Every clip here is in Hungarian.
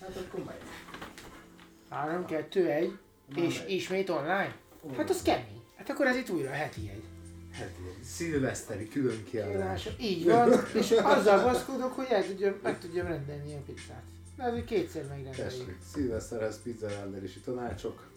Hát akkor megy. 3, 2, 1, és ismét online? Hát az kemény. Hát akkor ez itt újra heti egy. Heti egy. Szilveszteri külön kiadás. Így van, és azzal baszkodok, hogy meg tudjam rendelni ilyen pizzát. De azért kétszer megrendeljük. Tessék, szilveszterhez pizza rendelési tanácsok.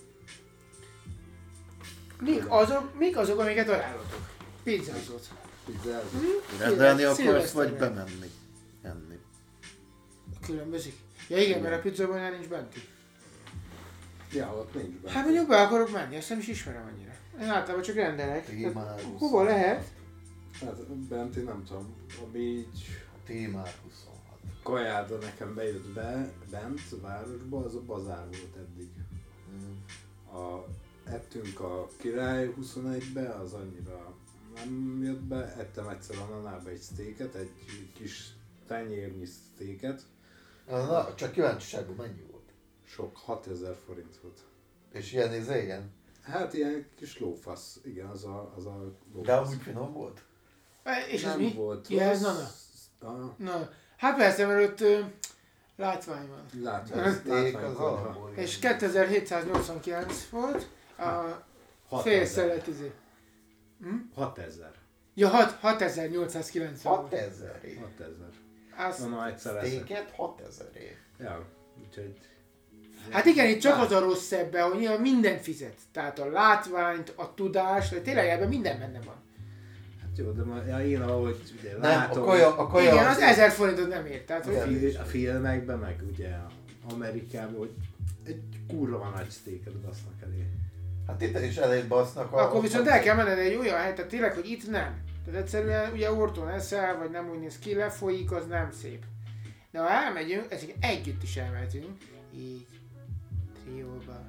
Mik azok, amiket ajánlotok? Pizzázót. Rendelni akarsz, vagy bemenni? Enni. Különbözik. Ja igen, mert a pizzában már nincs bentük. Ja, ott nincs bent. Hát mondjuk be akarok menni, azt nem is ismerem annyira. Én általában csak rendelek. Hova lehet? Hát bent én nem tudom, a Beach... T-már 26. Kajáda nekem bejött bent a városba, az a bazár volt eddig. Ettünk a Király 21-be, az annyira nem jött be, ettem egyszer a Nanába egy sztéket, egy kis tenyérnyi sztéket. Na, csak kíváncsiságban mennyi volt? Sok, 6000 forint volt. És ilyen igen? Hát ilyen kis lófasz, igen, az a lófasz. De úgy finom volt? És nem ez mi? volt Ja, ez rossz. Nana. Na, hát persze, mert ott látvány van. Látvány és 2789 volt a félszelet izé. 6000. Ja, 6890. 6000. 6000. Na, egyszer eszem. Sztéket 6000. Ja, úgyhogy... Hát igen, itt csak az a rossz ebben, hogy nyilván mindent fizet. Tehát a látványt, a tudást, de tényleg ebben minden benne van. Hát jó, de én ahogy ugye nem, látom... A kaja igen, az 1000 forintot nem ért. Tehát, hogy a filmekben, meg ugye Amerikában, hogy egy kurva nagy sztéket basznak elé. Hát itt is elég basznak. Akkor viszont el kell menned egy olyan helyet, tehát tényleg, hogy itt nem. Tehát egyszerűen ugye orton eszel, vagy nem úgy néz ki, lefolyik, az nem szép. De ha elmegyünk, ezek együtt is elmehetünk, így trióba.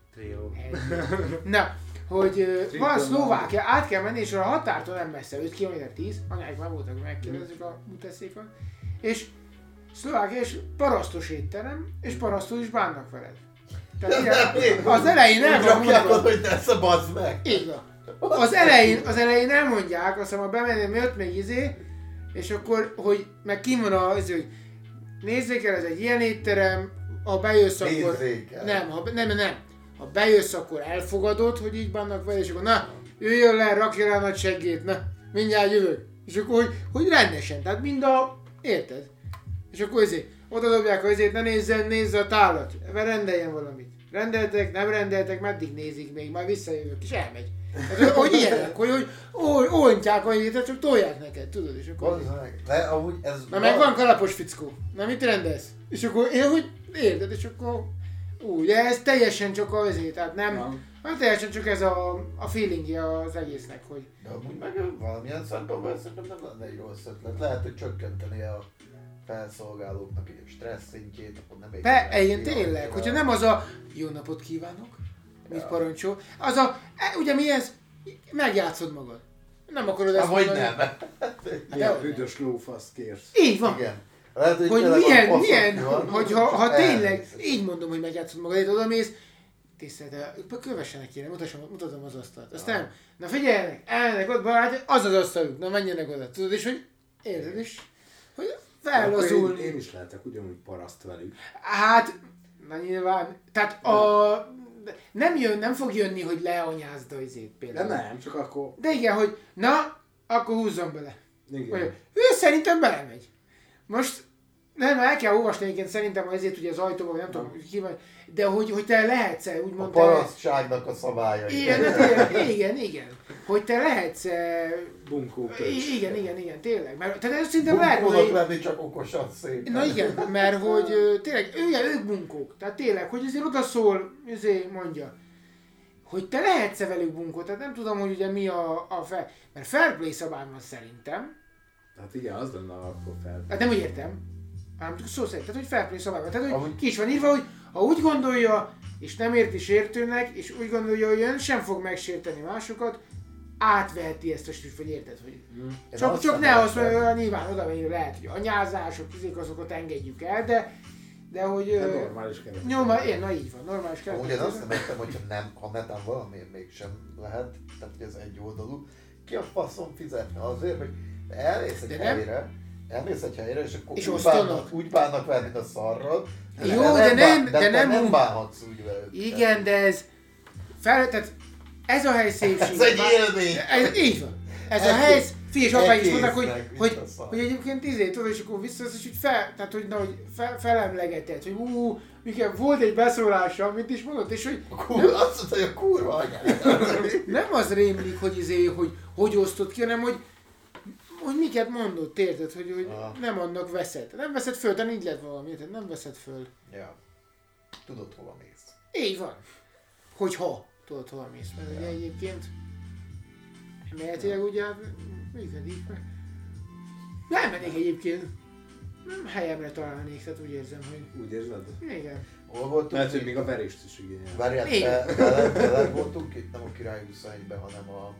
Na, hogy van Szlovákia, át kell menni, és a határtól nem messze, 5 km 10, anyáik már voltak, megkérdezzük a muteszékon. És Szlovákia és parasztos étterem, és parasztul is bánnak veled. Tehát ilyen, az elején el van mondva, hogy ne bazd meg! így van. Az elején elmondják, azt hiszem a bemenni miatt még és akkor, hogy meg kim van az, hogy nézzék el, ez egy ilyen étterem, ha bejössz akkor... Nem. Ha bejössz akkor elfogadod, hogy így bánnak vele, és akkor na, jöjjön le, rakja rá nagy seggét, na, mindjárt jövök. És akkor, hogy rendesen, tehát érted? És akkor oda dobják azért, ne nézze a tálat, rendeljen valamit. Rendeltek, nem rendeltek, meddig nézik még, majd visszajövök, és elmegy. Tehát, hogy ilyenek, hogy ontják a hétet, csak tolják neked, tudod, és akkor... Na meg van kalapos fickó, na mit rendelsz? És akkor én úgy érted, és akkor... de ez teljesen csak azért, tehát nem... Hát teljesen csak ez a feelingje az egésznek, hogy... De amúgy meg valamilyen szempontból szerintem nem lenne egy rossz ötlet. Lehet, hogy csökkenteni a felszolgálóknak egy stressz szintjét, akkor nem egy... Igen, tényleg, hogyha nem az a jó napot kívánok, mit parancsol, az a... Ugye mi ez? Megjátszod magad. Nem akarod ezt mondani. Vagy nem. Milyen büdös lófasz kérsz. Így van. Igen. Lehet, hogy milyen, hogy ha tényleg, így mondom, hogy megjátszod magad, oda mész, tisztelt, kövessenek kéne, mutatom az asztalt. Azt nem, na figyeljenek, elnek ott barát, az az asztaluk, na menjenek oda, tudod, és hogy érted is, hogy fellazulni. Én is lehetek ugyanúgy paraszt velük. Hát, na nyilván, tehát nem fog jönni, hogy leanyázd a izét például. De nem, csak akkor... De igen, hogy na, akkor húzzon bele. Igen. Ő szerintem belemegy. Most nem, el kell olvasni egyébként szerintem azért ugye az ajtóban, nem tudom ki van, de hogy te lehetsz úgymond... A parasztságnak a szabályai. Igen. Hogy te lehetsz... Bunkó Igen, tényleg. Mert tehát ez szerintem lehet, hogy... lenni csak okosan szép. Na igen, mert hogy tényleg ők bunkók. Tehát tényleg, hogy azért odaszól, mondja, hogy te lehetsz velük bunkó. Tehát nem tudom, hogy ugye mi mert fair play szabály van szerintem. Hát igen, az lenne akkor fair. Hát nem úgy értem. Hanem csak szó szerint, tehát hogy fair play szabály van. Tehát hogy ki is van írva, hogy ha úgy gondolja, és nem érti sértőnek, és úgy gondolja, hogy ön sem fog megsérteni másokat, átveheti ezt a stílus, vagy érted, hogy csak ne azt mondja, hogy nyilván oda menjünk, lehet, hogy anyázások, azokat engedjük el, de hogy... normális keret. Na így van, normális keret. Ugye azt nem értem, hogyha ha netán valamiért mégsem lehet, tehát hogy ez egy oldalú, ki a faszom fizetne azért, hogy elvész egy helyre, elmész egy helyre, és akkor És úgy bánnak veled, mint a szarrod. Jó, de nem bánhatsz úgy veled. Igen, de ez tehát ez a hely szépség. Ez egy élmény. Így van. Ez a hely, és apáik is mondták, hogy egyébként tudod, és akkor visszasz, és hogy felemlegetett, hogy mikor volt egy beszólása, mint is mondott, és hogy... Azt mondta, hogy a kurva anyád. Nem az rémlik, hogy osztott ki, hanem hogy miket mondott, érted, hogy nem annak veszed. Nem veszed föl, de így lett valami, érted? Nem veszed föl. Ja. Tudod, hova mész. Így van. Hogyha tudod, hova mész. Mert ugye egyébként mellettileg ugye működik, mert nem mennék egyébként. Nem helyemre találnék, tehát úgy érzem, hogy... Úgy érzed? Igen. Hol voltunk? Lehet, hogy még a verést is igényel. Várjál, vele voltunk itt, nem a Király 21-ben, hanem a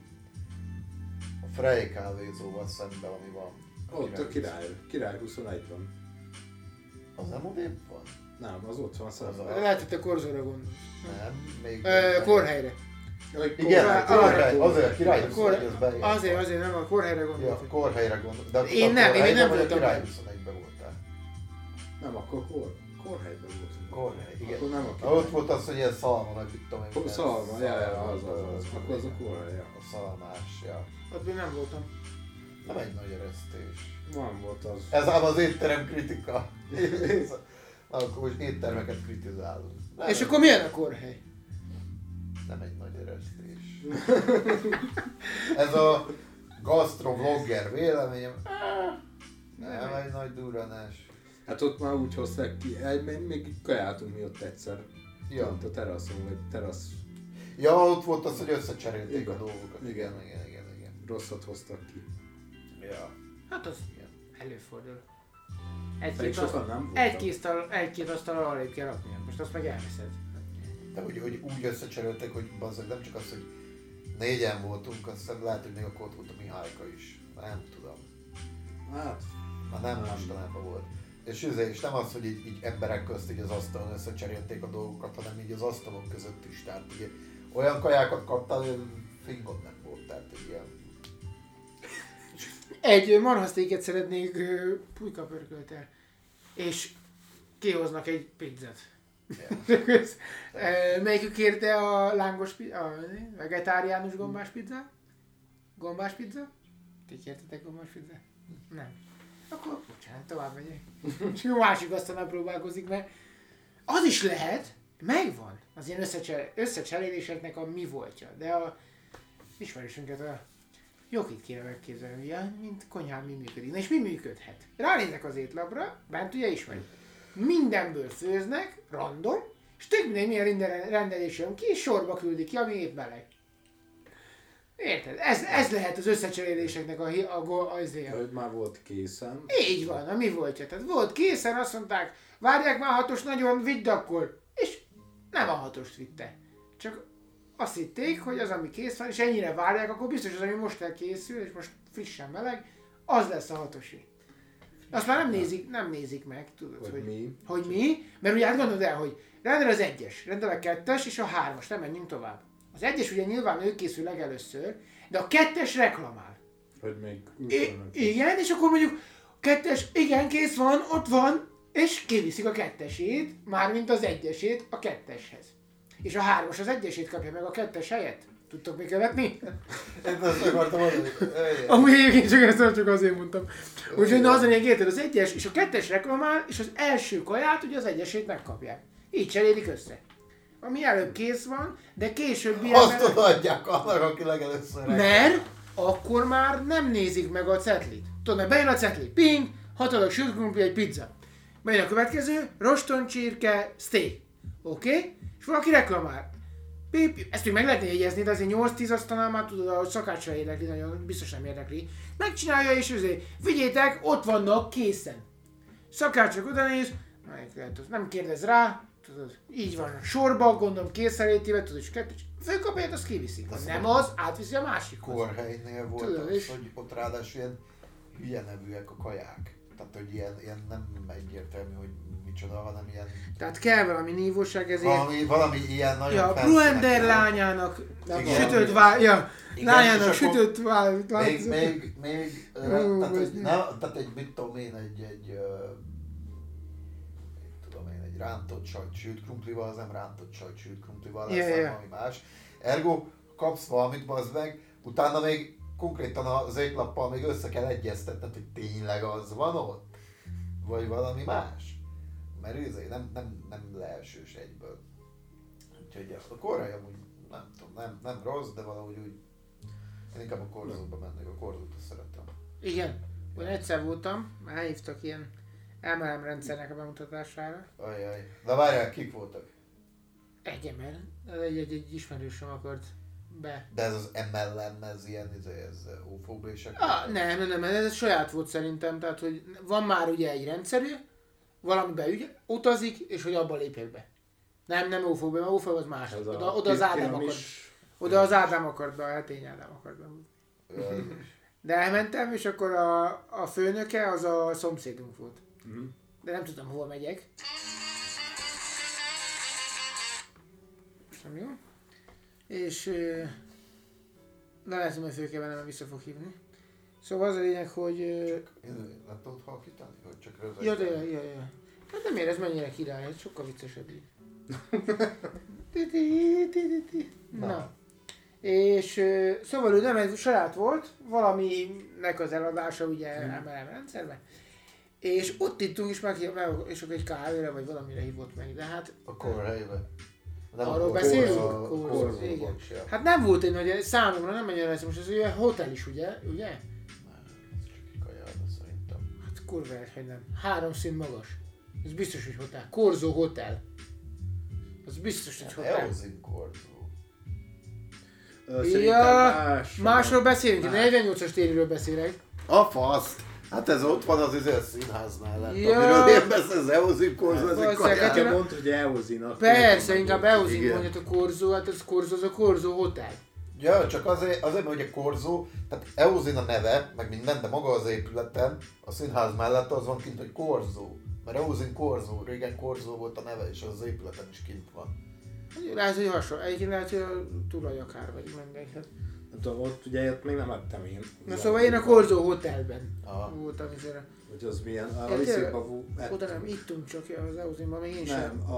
Frey kávézóval szemben, ami van. Ott a Király 21-ben. Az nem odébb van? Nem, az ott van szemben. Lehet, hogy te Korzóra gondolsz. Nem, még... Korhelyre. Igen, azért a Király 21 az bejön. Azért nem, a Korhelyre gondolsz. Ja, Korhelyre gondolsz. Én nem voltam. Király 21-ben voltál. Nem, akkor Korhelyben voltunk. Korhely, igen. Akkor nem a Király. Ott volt az, hogy ilyen szalma, meg mit tudom én. Szalma, az. Akkor az a Korhely, ja. A szalmás, ja. Ott még nem voltam. Nem egy nagy eresztés. Van volt az. Ez ám az étterem kritika. Akkor most éttermeket kritizálunk. És akkor milyen a Korhely? Nem egy nagy eresztés. Ez a gasztrovlogger véleményem. Nem egy nagy durranás. Hát ott már úgy hozták ki, még kajáltunk mi ott egyszer. Ja. Pont a teraszon, vagy terasz. Ja, ott volt az, hogy összecserélték Igen. a dolgokat. Igen. Rosszat hoztak ki. Ja. Hát az előfordul. Pedig sokan nem voltak. Egy-két asztal alább kell rakni, most azt meg elveszed. De hogy úgy összecserélték, hogy bazzag, nem csak az, hogy négyen voltunk, azt hiszem lehet, hogy még akkor ott volt a Mihályka is. Nem tudom. Hát. Már nem mostanában volt. És nem az, hogy így emberek közt így az asztalon összecserélték a dolgokat, hanem így az asztalon között is. Tehát ugye olyan kajákat kaptál, hogy fingot nem volt. Tehát ilyen... Egy marhasztéket szeretnék pulykapörköltel, és kihoznak egy pizzát. Yeah. Melyikük kérte a lángos a vegetáriánus gombás pizzát? Gombás pizza? Ti kértetek gombás pizzát? Nem. Akkor bocsánat, tovább megyek. És a másik asztalnál próbálkozik, mert az is lehet, megvan az ilyen összecseréléseknek a mi voltja, de a ismerősünket a Jokit kéne megképzelni, ugye, mint konyhán mi működik. Na és mi működhet? Ránéznek az étlapra, bent ugye ismerjük. Mindenből főznek, random, és tök mindegy milyen rendelés jön ki, és sorba küldik ki, ami épp meleg. Érted? Ez lehet az összecseréléseknek azért. Hogy már volt készen. Így van, a mi voltja. Tehát volt készen, azt mondták, várják már hatos nagyon, vidd akkor. És nem a hatost vitte. Csak azt hitték, hogy az, ami kész van, és ennyire várják, akkor biztos az, ami most elkészül, és most frissen meleg, az lesz a hatosi. Azt már nem nézik meg, tudod, hogy mi. Mert ugye hát gondolod el, hogy rendel az 1-es, rendel a 2-es és a 3-as, nem menjünk tovább. Az 1-es ugye nyilván ő készül legelőször, de a 2-es reklamál. Hogy még igen, és akkor mondjuk 2-es, igen, kész van, ott van, és kiviszik a 2-esét, mármint az 1-esét a 2-eshez. És a 3-as az 1-esét kapja meg a 2-es helyett. Tudtok még követni? Én azt akartam mondani. Amúgy egyébként csak azért mondtam. Úgyhogy az a lényeg, érted, az 1-es és a 2-es reklamál, és az első kaját ugye az 1-esét megkapják. Így cserélik össze. Ami előbb kész van, de később ilyen... Azt adják annak, aki legelőször mert akkor már nem nézik meg a cetlit. Tudod, mert bejön a cetli, ping, 6 adag sült krumpli, egy pizza. Bejön a következő, rostoncsirke, steak. Oké? És valaki reklamál. Ezt még meg lehetne jegyezni, de azért 8-10 asztalnál már tudod, hogy szakácsra érdekli, nagyon biztos nem érdekli. Megcsinálja és azért, vigyétek, ott vannak készen. Szakácsok oda néz, nem kérdez rá, tudod, így van, sorba, gondolom készelétével, tudod, és kettős, főkapját, azt kiviszik. Ha nem az, átviszi a másikhoz. Korhelynél volt tudod, az, hogy ott ráadásul ilyen hülye nevűek a kaják. Tehát, hogy ilyen nem egyértelmű, hogy micsoda, hanem ilyen... Tehát kell valami nívóság, ezért... Valami ilyen nagyon ja, Bruender lányának sütött lányának sütött tehát egy mit tudom én, egy rántott sajt sült krumplival, az nem rántott sajt sült krumplival lesz, valami más. Ergo kapsz valamit, bazd meg, utána még konkrétan az étlappal még össze kell egyeztetned, hogy tényleg az van ott? Vagy valami más? Mert nem leelsős egyből. Úgyhogy a korai amúgy nem tudom, nem rossz, de valahogy úgy... Én inkább a korzóba mennék, a korzót szeretem. Igen, én egyszer voltam, elhívtak ilyen MLM rendszernek a bemutatására. Ajjaj, de várjál, kik voltak? Egy egy ismerősöm akart be. De ez az MLM, ez ilyen, ez ufóbések? Nem, ez saját volt szerintem, tehát hogy van már ugye egy rendszerű, valamiben utazik, és hogy abba lépjek be. Nem ufóba, mert ufó az más. Oda az Ádám akart. Oda az Ádám akart be, hát én Ádám akart be. De elmentem, és akkor a főnöke az a szomszédunk volt. De nem tudtam, hova megyek. Nem jó. És nem lehet, hogy főkében nem vissza fog hívni. Szóval az a lényeg, hogy... Nem tudod halkítani? Hogy csak rögzíteni? Ja. Hát nem érez mennyire király, ez sokkal viccesebb így. Na. És szóval ő nem egy saját volt, valaminek az eladása ugye MLM rendszerben. És ott ittunk is meg, és akkor egy kávéra vagy valamire hívott meg, de hát... A korhelybe. Arról beszélünk? Igen. Hát nem volt egy nagy, számomra nem mennyire lesz, most ez ugye hotel is, ugye? Nem, ez csak egy kajáda szerintem. Hát kurva hogy nem. 3 szint magas. Ez biztos, hogy hotel. Korzó hotel. Az biztos, hogy hotel. Eozin Korzó. Ja, másról beszélünk, 48-as tériről beszélek. A fasz! Hát ez ott van az színház mellett, amiről én beszél, az Eozin Korzó, ez egy kajáda. Mondta, hogy Eozinak. Persze, inkább Eozin mondjat a Korzó, hát ez Korzó, az a Korzó hotel. Ja, csak azért mert ugye Korzó, tehát Eozin a neve, meg minden, de maga az épületen, a színház mellett az van kint, hogy Korzó. Mert Eozin Korzó, régen Korzó volt a neve, és az épületen is kint van. Lehet, hogy hasonló. Egyébként lehet, hogy a tulaj akár vagy mindegy. Nem tudom, ott ugye ott még nem ettem én. Na szóval én a Korzó hotelben voltam izére. Hogy az milyen? A Liszékban ettem. Oda nem, ittunk csak az Eozinban, még én sem. Nem,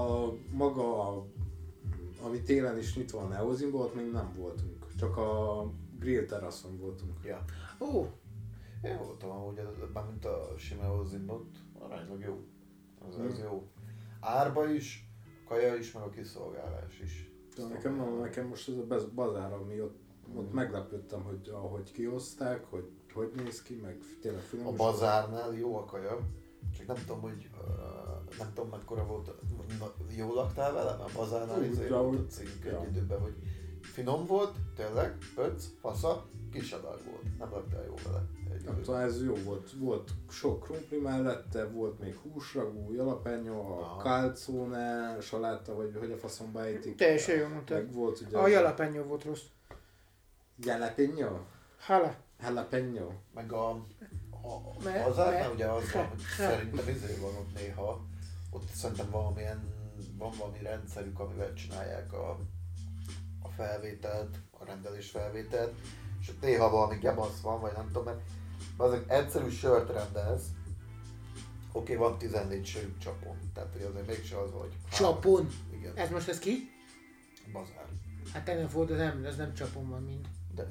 ami télen is nyitva van Eozinban, ott még nem voltunk. Csak a grill teraszon voltunk. Ja. Ó. Én voltam amúgy, mint a sima Eozinban, aránylag jó. Az jó. Árba is, kaja is, meg a kiszolgálás is. Nekem most ez a bazár, ami ott meglepődtem, hogy ahogy kioszták, hogy néz ki, meg tényleg finom. A bazárnál jó a kaja, csak nem tudom, hogy nem tudom mekkora volt, jól laktál vele, mert a bazárnál volt a cink egy időben, hogy finom volt, tényleg, fasza, kis adag volt, nem laktál jó vele. Nem tudom, ez jó volt sok krumpli mellette, volt még húsragú, jalapeno, a calzone, saláta, vagy hogy a faszomba ejtik. Teljesen jó mondtad. A jalapeno volt rossz. Jalapeno? Jalapeno. Meg a bazárnál ugye az van, hogy szerintem van ott néha, ott szerintem van valami rendszerük, amivel csinálják a felvételt, a rendelés felvételt, és ott néha valami gebasz van, vagy nem tudom, mert azok egyszerű sört rendelsz, oké, van 14 sör csapon, tehát hogy azért mégse az, hogy... Csapon? Igen. Ez most ez ki? Bazár. Hát ennél volt, ez nem csapon van mind. De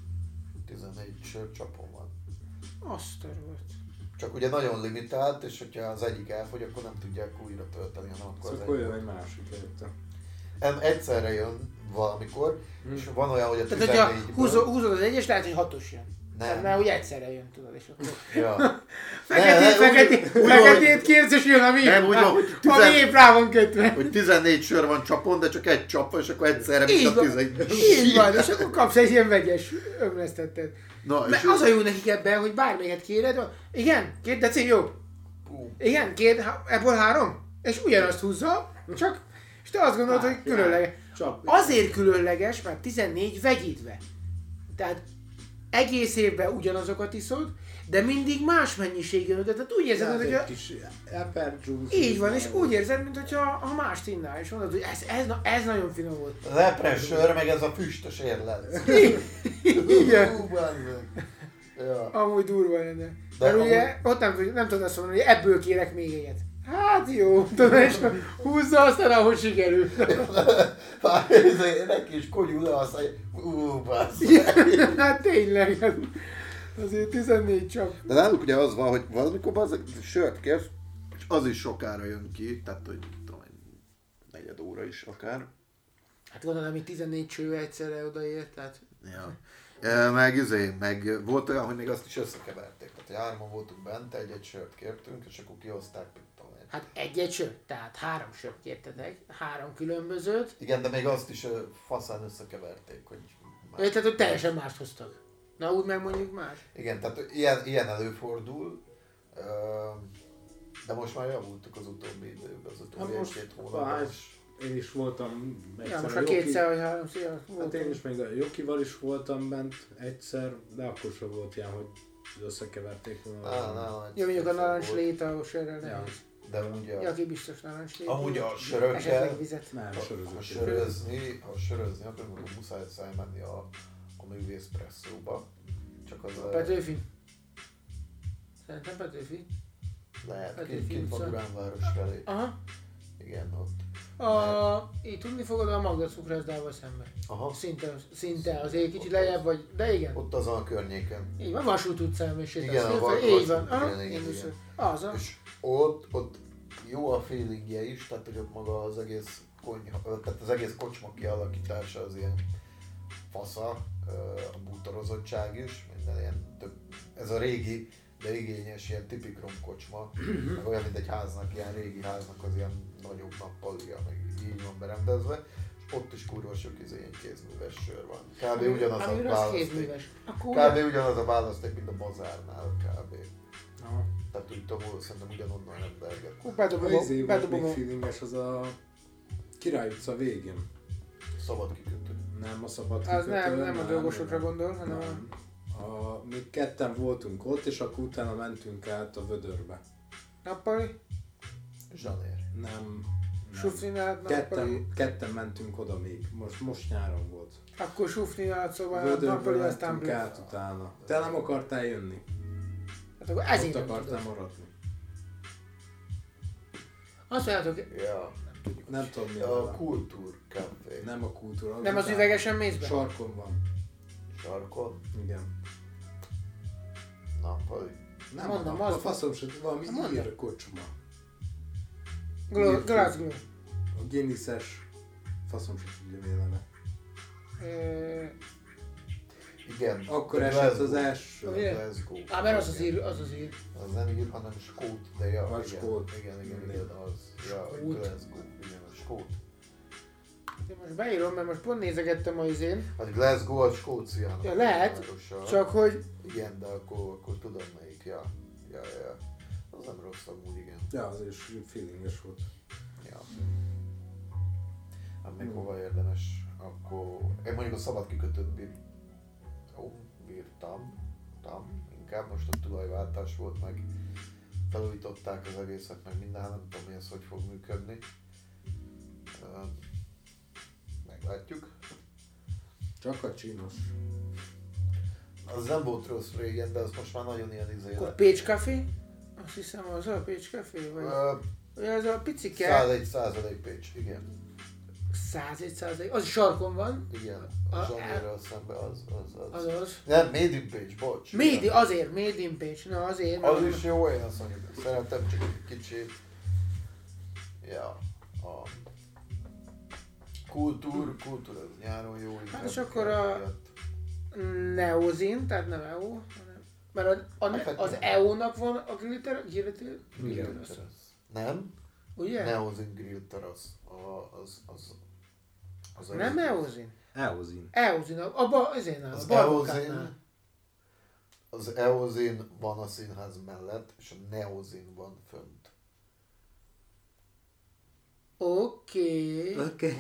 14 sör csapon van. Azt terület. Csak ugye nagyon limitált, és hogyha az egyik elfogy, akkor nem tudják újra tölteni, hanem akkor az jön egy másik érte. Egyszerre jön valamikor, és van olyan, hogy a 14-ből... Tehát, hogyha húzod az egyes, lehet, hogy 6-os jön. Nem. Mert úgy egyszerre jön, tudod, és akkor... Ja. Feketét kérsz, és jön a mi. Nem, úgy van, hogy ami épp rá van kötve. Hogy 14 sör van csapon, de csak egy csap van, és akkor egyszerre mint a 11. Így van, és akkor kapsz egy ilyen vegyes ömlesztettet. Mert az a jó nekik ebben, hogy bármelyiket kéred, igen, 2 deci, jó. Igen, ebből 3, és ugyanazt húzza, csak, és te azt gondolod, hogy különleges. Azért különleges, mert 14 vegyítve. Tehát egész évben ugyanazokat iszod, de mindig más mennyiség jön, tehát úgy érzed, hogy egy kis apple juice. így van, és úgy érzed, mintha mást innál, és mondod, hogy ez nagyon finom volt. Az epres sör, meg ez a füstös érlet. Igen. Ja. Amúgy durva lenne. De Mert ugye ott nem tudod azt mondani, hogy ebből kérek még egyet. Hát jó, tudod, és húzza aztán, ahogy sikerül. Neki is konyul le, azt mondja, bassz. Hát tényleg, hát azért 14 csak. De náluk ugye az van, hogy valamikor az sört kérsz, és az is sokára jön ki, tehát hogy tudom, negyed óra is akár. Hát gondolom, hogy 14 cső egyszerre odaért, tehát... Ja. Meg volt olyan, hogy még azt is összekeverték. Tehát hárman voltunk bent, egy sört kértünk, és akkor kihozták, mit tudom én. Hát egy sört, tehát 3 sört kértetek, 3 különbözőt. Igen, de még azt is faszán összekeverték, hogy... Tehát, hogy teljesen mást hoztak. Na úgy meg mondjuk más. Igen, tehát ilyen előfordul, de most már javultuk az utóbbi időben, az utóbbi egy-két hónapban. Én is voltam egyszer. Ja, most már 2 vagy 3 szia. Hát én is még a Jokival is voltam bent egyszer, de akkor sem volt ilyen, hogy összekeverték volna. Jó, mondjuk a narancslét a sörrel nem. De ugye... Jaki biztos narancslét. Amúgy a sörökkel... Nem, ha sörözni, akkor muszáj elmenni a művész presszóba. Csak az... A Petőfi? Szerintem Petőfi. Lehet, kint van Duránváros felé. Aha. Igen, ott. Így tudni fogod a Magda cukrászdával szemben. Aha. Szinte azért kicsit lejjebb vagy, de igen. Ott azon a környéken. Így van, Vasút utcán és igen, így van. Igen. Az. És ott jó a feelingje is, tehát hogy ott maga az egész tehát az egész kocsma kialakítása az ilyen fasza, a bútorozottság is, minden ilyen több, ez a régi, de igényes ilyen tipik romkocsma, meg olyan, mint egy háznak, ilyen régi háznak az ilyen nagyobb nappalja, meg így van berendezve, és ott is kurva sok ilyen kézműves sör van. Kb. Ugyanaz a választék. Kb. Ugyanaz a választék, mint a bazárnál, kb. Aha. Tehát úgy tudom, szerintem ugyanonnan rendelget. Bedobom a feelinges, az a Király utca végén. Szabad kikötő. Nem a szabad az kikötő. Nem a dolgosokra gondol, hanem mi ketten voltunk ott, és akkor utána mentünk át a Vödörbe. Nappali? Zsanér. Nem. Sufninálat nappali? Ketten mentünk oda még. Most nyáron volt. Akkor Sufninálat szóval Vödörbe nappali, aztán mentünk át utána. Te nem akartál jönni. Hát akkor ezért ott akartál maradni. Azt mondjátok... Ja. Nem tudom mi a Kultúrcafé. Nem a Kultúr. Nem az üvegesen mész be? Sarkon van. Sarkon? Igen. Nappali. Nem mondom, a faszom se, valami ír kocsma. Glasgow. A Guinness-es faszom se tudja mi a neve. Igen. Akkor esett az első. Glasgow. Mert az az ír. Az nem ír, hanem skót, de ja. Vagy skót. Igen, az. Ja, Glasgow. Igen, a skót. Én most beírom, mert most pont nézegettem a izén. Hát Glasgow a Skóciának. Ja, lehet, városa. csak hogy... Igen, de akkor tudom melyik, ja. Az nem rossz amúgy, igen. Ja, az is feelinges volt. Ja. Hát még hova érdemes, akkor... Én mondjuk a szabad kikötőt bírtam. Inkább most a tulajváltás volt, meg felújították az egészet, meg minden, nem tudom, hogy ez hogy fog működni. Meglátjuk. Csak a csinos. Az nem volt rossz régen, de az most már nagyon ilyen izé. Akkor Pécs Café? Azt hiszem az a Pécs Café? Vagy ez a picike? 101% Pécs, igen. 101%? Az sarkon van. Igen, a Zsanérral szemben az. Nem, Made in Pécs, bocs. Made in Pécs, na azért. Az is jó, én azt mondjuk, szeretem csak egy kicsit. Ja, a kultúr az nyáron jó. Hát és akkor a Neozin, tehát nem EU, hanem... Mert az EU-nak van a grill terrasz? Nem. Ugye? Neozin grill terrasz. Az nem Eozin? Eozin. Abba azért nem. Az Eozin van a színház mellett, és a Neozin van fönt. Oké.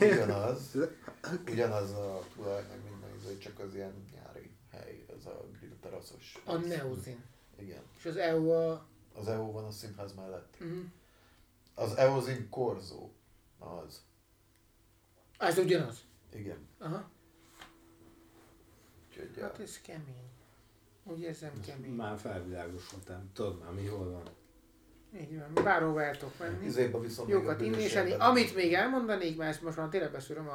Ugyanaz a tulaj, meg minden, csak az ilyen nyári hely, ez a grill teraszos. A Neozin. Igen. És az EU a... Az EU van a színház mellett. Az EOS-in Corso. Az. Ez ugyanaz? Igen. Aha. Úgyhogy, Hát ez kemény. Úgy érzem kemény. Már felvilágosultam. Tudod már mi hol van. Így van, bárhova el tudok menni. Izéba viszont Jókat inni és enni. Amit még elmondanék, mert ezt most már tényleg beszűröm,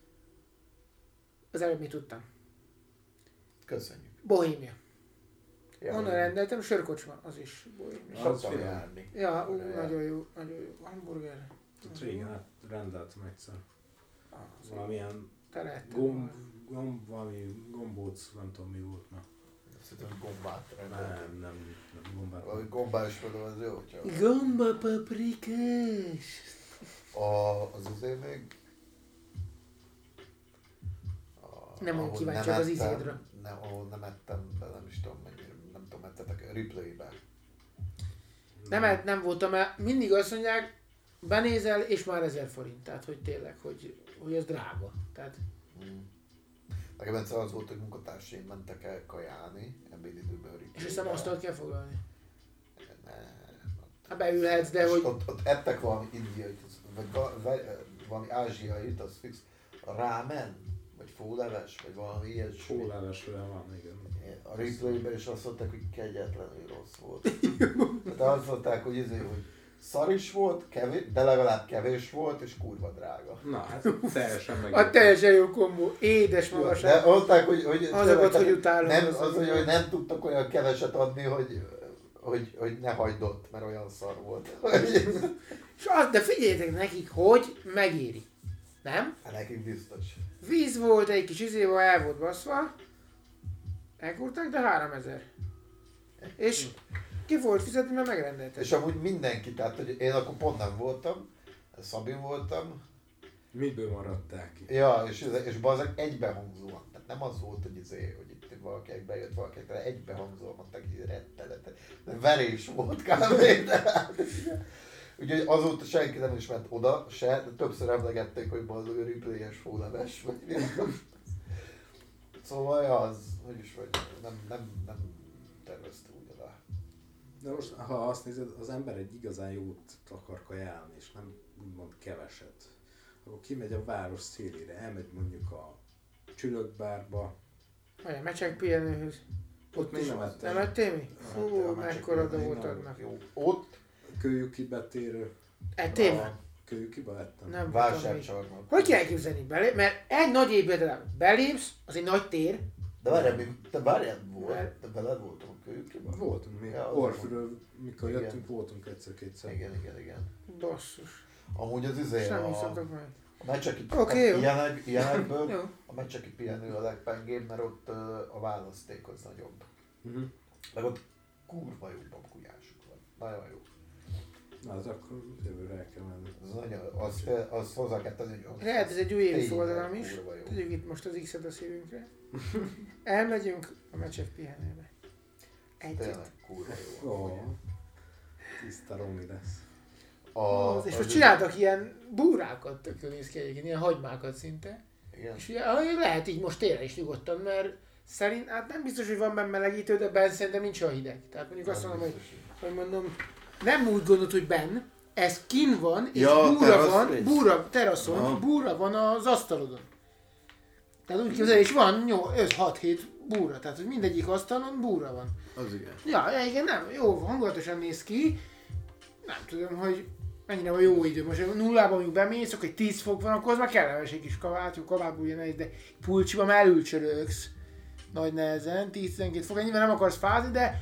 az előbb mit tudtam. Köszönjük. Bohémia. Ja, Onnan rendeltem, sörkocsma, az is Bohémia. Szoktam járni. Ja, nagyon jó, nagyon jó. Hamburger. Régen rendeltem egyszer. Az Valamilyen te lehettem. valami gombóc, nem tudom mi volt ma. Szerintem gombát rendeltem. Nem gombát. Valami gombás vadó az jó, csak. Gomba paprikás. Az azért még... Nem ahol vagyok kíváncsi nem az ettem, ízédre. ahol nem ettem be, nem is tudom mennyire, nem tudom, ettetek Ripley-be. Nem voltam el, mindig azt mondják, benézel és már 1000 forint, tehát hogy tényleg, hogy ez drága. Tehát... Nekem egyszer az volt, hogy munkatársaim mentek el kajálni, ebédidőben Ripley-be. És aztán asztalt kell foglalni. Nem. Hát beülhetsz, de és hogy... ott ettek valami indiait, vagy valami ázsiait, az fix. Rámen, vagy fóleves, vagy valami ilyesmi. Fóleves olyan van, igen. A Ripley-ben is azt mondták, hogy kegyetlenül rossz volt. Tehát azt mondták, hogy szar is volt, de legalább kevés volt, és kurva drága. Na, hát teljesen meg. A teljesen jó kombó, édes magasabb. De mondták, hogy azokat, hogy utálom. nem, hogy nem tudtak olyan keveset adni, hogy ne hagyd ott, mert olyan szar volt. De figyeljetek nekik, hogy megéri. Nem? Hát nekik biztos. Víz volt, egy kis izéval el volt baszva. Elkurták, de 3000. És ki volt fizetni, mert megrendeltek. És amúgy mindenki, tehát hogy én akkor pont nem voltam, Szabin voltam. Miből maradták ki? Ja, és bazzak egybehangzóan. Tehát nem az volt, hogy hogy itt valaki bejött valaki, de egybehangzóan mondták, hogy rettenetes. De verés volt kb. Úgyhogy azóta senki nem is ment oda se, de többször emlegették, hogy bazzak Ripley-es fóleves. Szóval az, hogy is vagy, nem tervezte úgy alá. De most, ha azt nézed, az ember egy igazán jót akar kajálni, és nem úgymond keveset, akkor kimegy a város szélére, elmegy mondjuk a csülökbárba. Vagy a mecsek pihenőhöz. Ott még nem ettem. Nem ettél mi? Fú, mekkora volt adnak. Ott Kőjuki betérő. Ettél már? Kőjukiba ettem. Nem vásárcsarnok. Hogy kell elképzelni belé? Mert egy nagy épületre belépsz, az egy nagy tér. De várjál, te veled voltam a Kőjukiban? Voltunk mi. Ja, Orfűről, mikor igen. jöttünk, voltunk egyszer-kétszer. Igen. Basszus. Amúgy az Sem hiszem meg. a meccseki ilyenekből Jó. a meccseki pihenő a legpengébb, mert ott a választék az nagyobb. Uh-huh. Meg ott kurva jó babgulyásuk van. Nagyon jó. Na, az akkor jövőre el kell menni. Az nagyon, azt hozzá kell tenni, hogy Lehet ez egy új évi tényleg oldalam is. kurva jó. Tegyük itt most az X-et a szívünkre. Elmegyünk a mecsek pihenőbe. Egyet. Tényleg kurva jó. Ó, tiszta romi lesz. És most csináltak ilyen búrákat, tökül néz ki egyébként, ilyen hagymákat szinte. Igen. És ugye, lehet így most tényleg is nyugodtan, mert szerint, hát nem biztos, hogy van benne melegítő, de benn szerintem nincs olyan hideg. Tehát mondjuk azt mondom, hogy mondom, nem úgy gondolod, hogy benn, ez kin van, és teraszon, búra van az asztalodon. Tehát úgy képzelni, és van 6-7 búra, tehát hogy mindegyik asztalon búra van. Az igen. Ja, igen, nem, jó, hangulatosan néz ki. Nem tudom, hogy mennyire van jó idő. Most nullában mondjuk bemész, akkor egy 10 fok van, akkor az már kellemes egy kis kabát, jó kabátból ugye nehéz, de pulcsiba már elülcsörögsz. Nagy nehezen, 10-12 fok, ennyivel nem akarsz fázni, de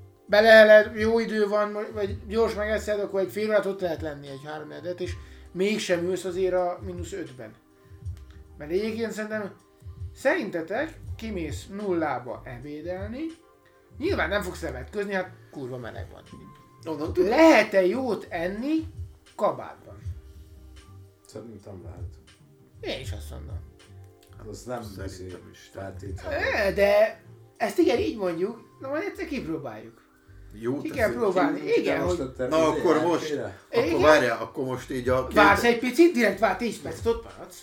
jó idő van, vagy gyors megeszed, akkor egy fél órát ott lehet lenni egy 3 nedet, és mégsem ülsz azért a -5-ben. Mert egyébként szerintetek kimész nullába ebédelni, nyilván nem fogsz levetközni, hát kurva meleg van. Lehet-e jót enni kabátban? Szerintem lehet. Én is azt mondom. Az nem Szerintem is. feltétlenül. De ezt igen, így mondjuk, na majd egyszer kipróbáljuk. Jó, Ki kell próbálni. Igen, hogy... Na akkor most, akkor várjál, akkor most így a... Vársz egy picit, direkt vár 10 percet, ott maradsz.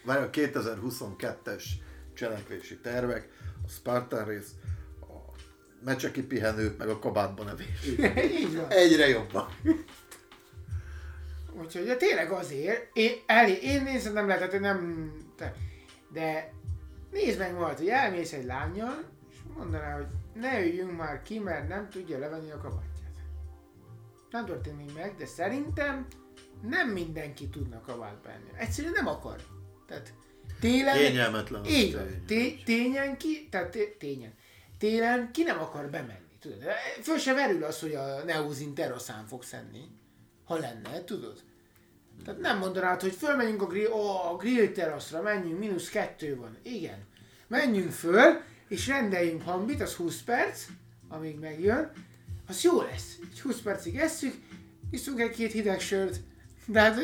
2022-es cselekvési tervek, a Spartan Race, a mecseki pihenők, meg a kabátban evés. Így van. Egyre jobban. Úgyhogy de tényleg azért, én nézem, nem lehet, nem... De nézd meg majd, hogy elmész egy lánnyal, és mondaná, hogy ne üljünk már ki, mert nem tudja levenni a kabátját. Nem történik meg, de szerintem nem mindenki tudna kabátba enni. Egyszerűen nem akar. Tehát télen... Kényelmetlen. Így van. Télen ki nem akar bemenni, tudod? Föl se verül az, hogy a Neuzin teraszán fogsz enni, ha lenne, tudod? Tehát nem mondanád, hogy fölmenjünk a grill teraszra, menjünk, -2 van. Igen. Menjünk föl, és rendeljünk hambit, az 20 perc, amíg megjön. Az jó lesz. Egy 20 percig esszük, iszunk egy-két hideg sört, de hát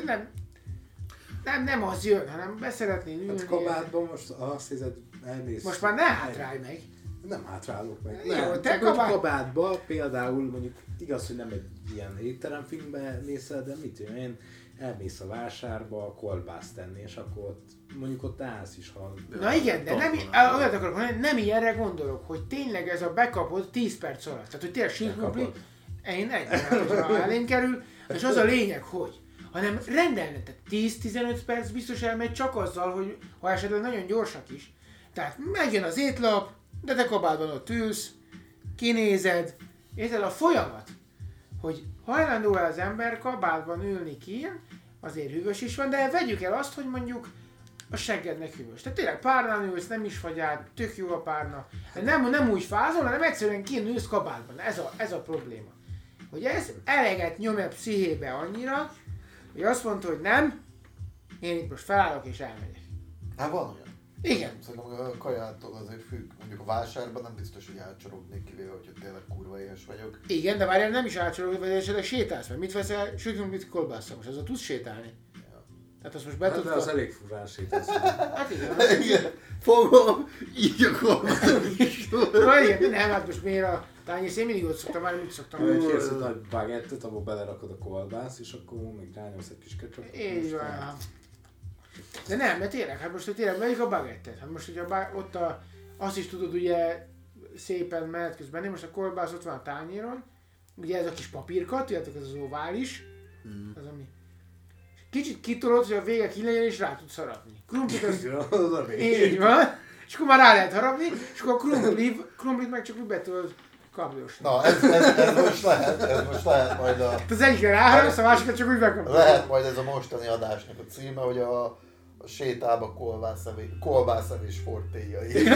nem az jön, hanem beszeretnél ülni. Hát kabátban most azt hiszed, elmész... Most már ne hátrálj meg. Nem hátrálok meg. Jó, Nem, te kabátba például mondjuk igaz, hogy nem egy ilyen étteremfilmbe mész el, de mit tudom én, elmész a vásárba kolbászt tenni, és akkor ott állsz is, ha... Na igen, de olyat akarok mondani, nem ilyenre gondolok, hogy tényleg ez a bekapod 10 perc alatt. Tehát, hogy tényleg síkrumpli, én hogyha elém kerül, és az a lényeg, hogy hanem rendelne, tehát 10-15 perc biztos elmegy csak azzal, hogy ha esetleg nagyon gyorsak is. Tehát megjön az étlap, de te kabátban ott ülsz, kinézed, érted a folyamat, hogy hajlandó az ember kabátban ülni ki, azért hűvös is van, de vegyük el azt, hogy mondjuk a seggednek hűvös. Tehát tényleg párnán ülsz, nem is vagy át, tök jó a párna. Nem úgy fázol, hanem egyszerűen ülsz kabátban. Ez a probléma. Hogy ez eleget nyom a pszichébe annyira, hogy azt mondta, hogy nem, én itt most felállok és elmegyek. Hát van olyan. Igen. Szerintem a kajától azért függ. Mondjuk a vásárban nem biztos, hogy átcsorognék, kivéve, hogyha tényleg kurva éhes vagyok. Igen, de várjál, nem is átcsorogod, vagy esetleg sétálsz, mert mit veszel sütünk kolbásszal, most azzal tudsz sétálni. Ja. Tehát azt most be tudsz... De az elég furán sétálsz. Hát igen. Igen. Fogom, így a kolbászt. Na igen, nem, hát most miért a tányész, én mindig ott szoktam, már mit szoktam. Kérsz egy nagy bagettet, abba belerakod a kolbász, és akkor még rányomsz egy kis ketchupot. Így van. De nem, mert tényleg, hát most tényleg melyik a bagettet? Hát most ugye ott azt is tudod ugye szépen menet közben, most a kolbász ott van a tányéron, ugye ez a kis papírka, tudjátok, ez az ovális, az ami... Kicsit kitolod, hogy a vége kilegyen és rá tudsz harapni. Krumplit az... Így van. És akkor már rá lehet harapni, és akkor a krumplit meg csak úgy be tudod kapdosni. Na, ez most lehet majd a... Az egyikre ráharapsz, a másikat csak úgy bekapod. Lehet majd ez a mostani adásnak a címe, hogy a sétába kolbászevés fortéjai.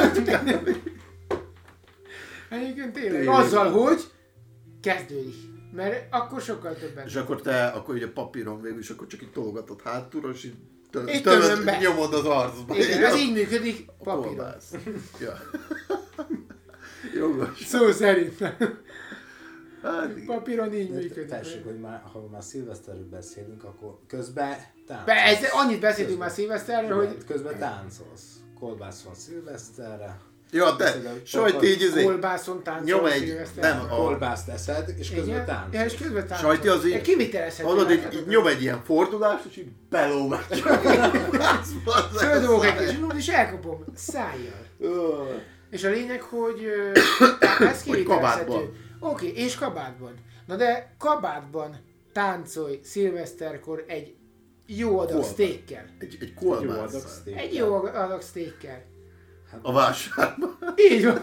Egyébként tényleg. Azzal, hogy kezdődik. Mert akkor sokkal többen. És akkor akkor ugye papíron végül is, akkor csak így tologatod hátulról, és így nyomod az arcba. Igen, ez így működik papíron. Ja. Jogos. Szó szerint. Papíron így működik. Tessék, hogy ha már szilveszterről beszélünk, akkor közben táncolsz. Annyit beszéltünk már szilveszterről, hogy... Közben táncolsz. Kolbász van szilveszterre. Ja, de Sajti így kolbászon táncol szilveszterre. Kolbászt eszed, és közben táncolsz. Ja, és közben táncolsz. Sajti az így... Kivitelezhető. Hallod, így nyom egy ilyen fordulást, és így belógatja. Földolgok egy kis és elkapom szájjal. És a lényeg, hogy ez kivitelezhető. Oké, és kabátban. Na de kabátban táncolj szilveszterkor egy jó adag sztékkel. Egy kolbász. Egy jó adag sztékkel. A vásárban. Így van.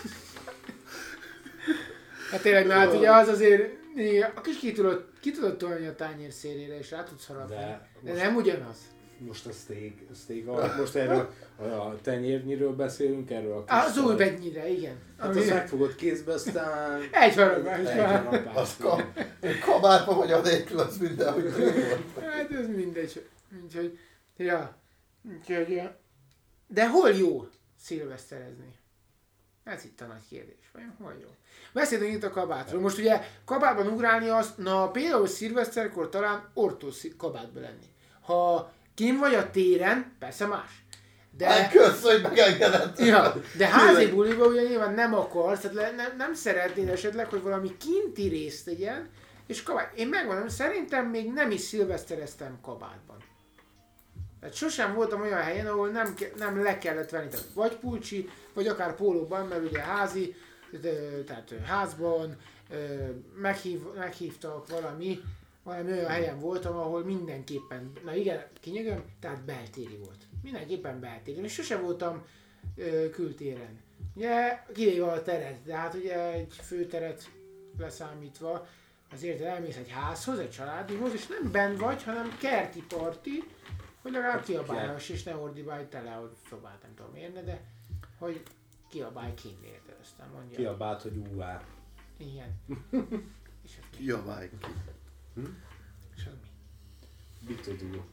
Hát tényleg, hát ugye az azért, a kis ki tudod tolni a tányér szélére, és rá tudsz harapni. De nem ugyanaz. Most a steak most erről a tenyérnyiről beszélünk, erről a kis... Az új bednyire, igen. Hát azt megfogod kézbe, aztán... Egy harapás. Az kabátban vagy a nélkül, az mindenhogy volt. Hát ez mindegy. Úgyhogy, ja. Úgyhogy, de hol jó szilveszterezni? Ez itt a nagy kérdés. Vajon hol jó? Beszélünk itt a kabátról. Most ugye kabátban ugrálni az, na például szilveszterkor talán ortós kabátba lenni. Ha kim vagy a téren, persze más. De... Kösz, hogy megengedett. Ja, de házi buliba ugye nyilván nem akarsz, tehát nem szeretnéd esetleg, hogy valami kinti részt tegyen, és kabát. Én megmondom, szerintem még nem is szilvesztereztem kabátban. Tehát sosem voltam olyan helyen, ahol nem le kellett venni. Tehát vagy pulcsi, vagy akár pólóban, mert ugye házi, tehát házban, meghívtak valami olyan helyen voltam, ahol mindenképpen, na igen, kinyögöm, tehát beltéri volt. Mindenképpen beltéri, és sose voltam kültéren. Ugye kivéve a teret, de hát ugye egy főteret leszámítva, azért elmész egy házhoz, egy családihoz, és nem benn vagy, hanem kerti parti, hogy legalább kiabálhass, és ne ordibálj tele a szobát, nem tudom érni, de hogy kiabálj kint, érted, aztán mondja. Kiabált, hogy úvá. Igen. És Kiabálj ki. és az mi? Bitodul.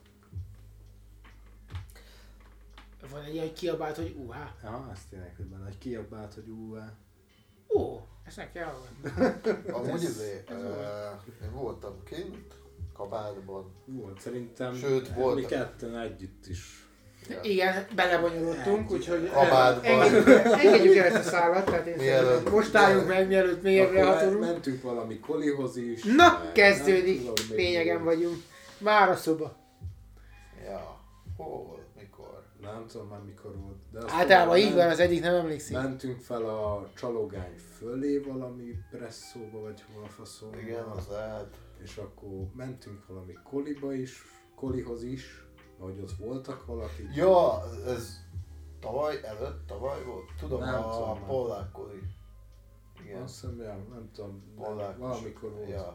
Van egy ilyen, hogy kiabált, hogy uhá. Ja, ezt tényleg, hogy benne, hogy kiabált, hogy úvá. Ó, ezt meg kell hallgatni. Amúgy én voltam kint, kabátban. Volt szerintem, Sőt, volt. mi ketten együtt is. Ja. Igen, belebonyolultunk, úgyhogy Kabátban. engedjük el ezt a szállat, tehát én Mielőtt- szerintem most álljunk meg, mielőtt mélyebbre Akkor hatolunk. mentünk valami kolihoz is. Na, meg kezdődik, nem tudom, még lényegen volt. vagyunk. Már a szoba. Ja, hol, mikor? Nem tudom már mikor volt. De azt Általában tudom, így van, az egyik nem emlékszik. mentünk fel a csalogány fölé valami presszóba, vagy hol a faszom. Igen, az lehet. És akkor mentünk valami kolihoz is, ahogy ott voltak valaki. Ja, ez tavaly volt? Tudom, Nem a tudom már. Pollák Koli. Igen, Azt hiszem, ja, nem tudom, Pollák. valamikor volt. Ja.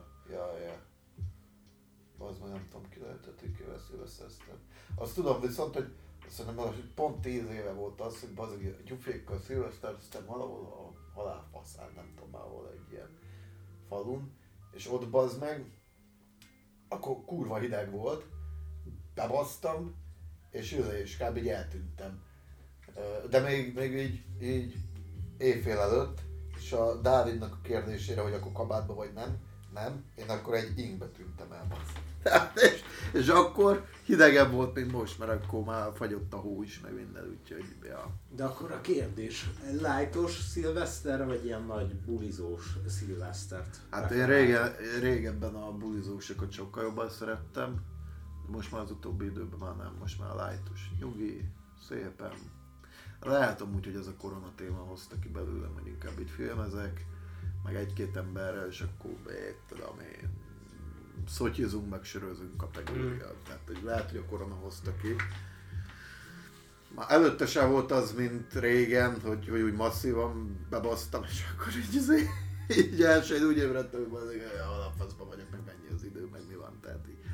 Az már nem tudom, ki lehetett, hogy kivel szilvesztereztem. Azt tudom viszont, hogy szerintem hogy pont 10 éve volt az, hogy bazeg, gyufékkal szilvesztereztem valahol a halálfaszán, nem tudom már hol egy ilyen falun, és ott bazd meg, akkor kurva hideg volt, bebasztam, és kb. Így eltűntem. De még így éjfél előtt, és a Dávidnak a kérdésére, hogy akkor kabátba vagy nem, én akkor egy ingbe tűntem el. és akkor hidegebb volt, mint most, mert akkor már fagyott a hó is, meg minden, úgyhogy ja. De akkor a kérdés, lightos szilveszter, vagy ilyen nagy bulizós szilvesztert? Hát én régebben a bulizósokat sokkal jobban szerettem, most már az utóbbi időben már nem, most már a lightos, nyugi, szépen. Lehet amúgy, hogy ez a korona téma hozta ki belőlem, hogy inkább így filmezek, meg egy-két emberrel, és akkor tudom én, szotyizunk, meg sörözünk kategória. Tehát hogy lehet, hogy a korona hozta ki. Már előtte sem volt az, mint régen, hogy úgy masszívan bebasztam, és akkor így első úgy ébredtem, hogy azért alapfaszban vagyok, meg mennyi az idő, meg mi van, tehát így.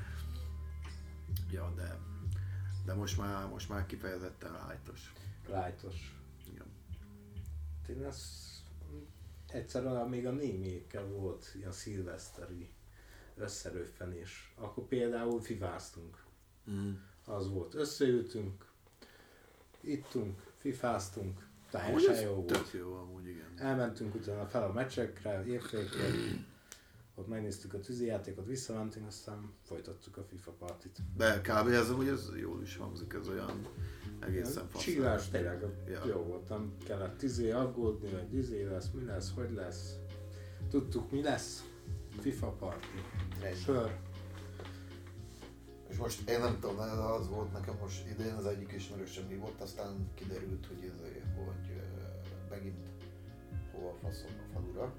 Ja, de most már kifejezetten lightos. Lightos. Igen. Én egyszerűen még a némiékkel volt ilyen szilveszteri összerőffenés. Akkor például fifáztunk. Az volt. Összeültünk, ittunk, fifáztunk, teljesen jó volt. Tök jó amúgy, igen. Elmentünk utána fel a meccsekre, évfélkor, ott megnéztük a tűzijátékot, visszamentünk, aztán folytattuk a FIFA partit. De kb. Ez amúgy ez jól is hangzik, ez olyan egészen fasz. Csillás tényleg Ja. jó volt, nem kellett aggódni, hogy lesz, mi lesz, hogy lesz. Tudtuk mi lesz, FIFA party, sör. És most én nem tudom, az volt nekem most idén az egyik ismerősöm hívott, aztán kiderült, hogy megint hova faszom a falura.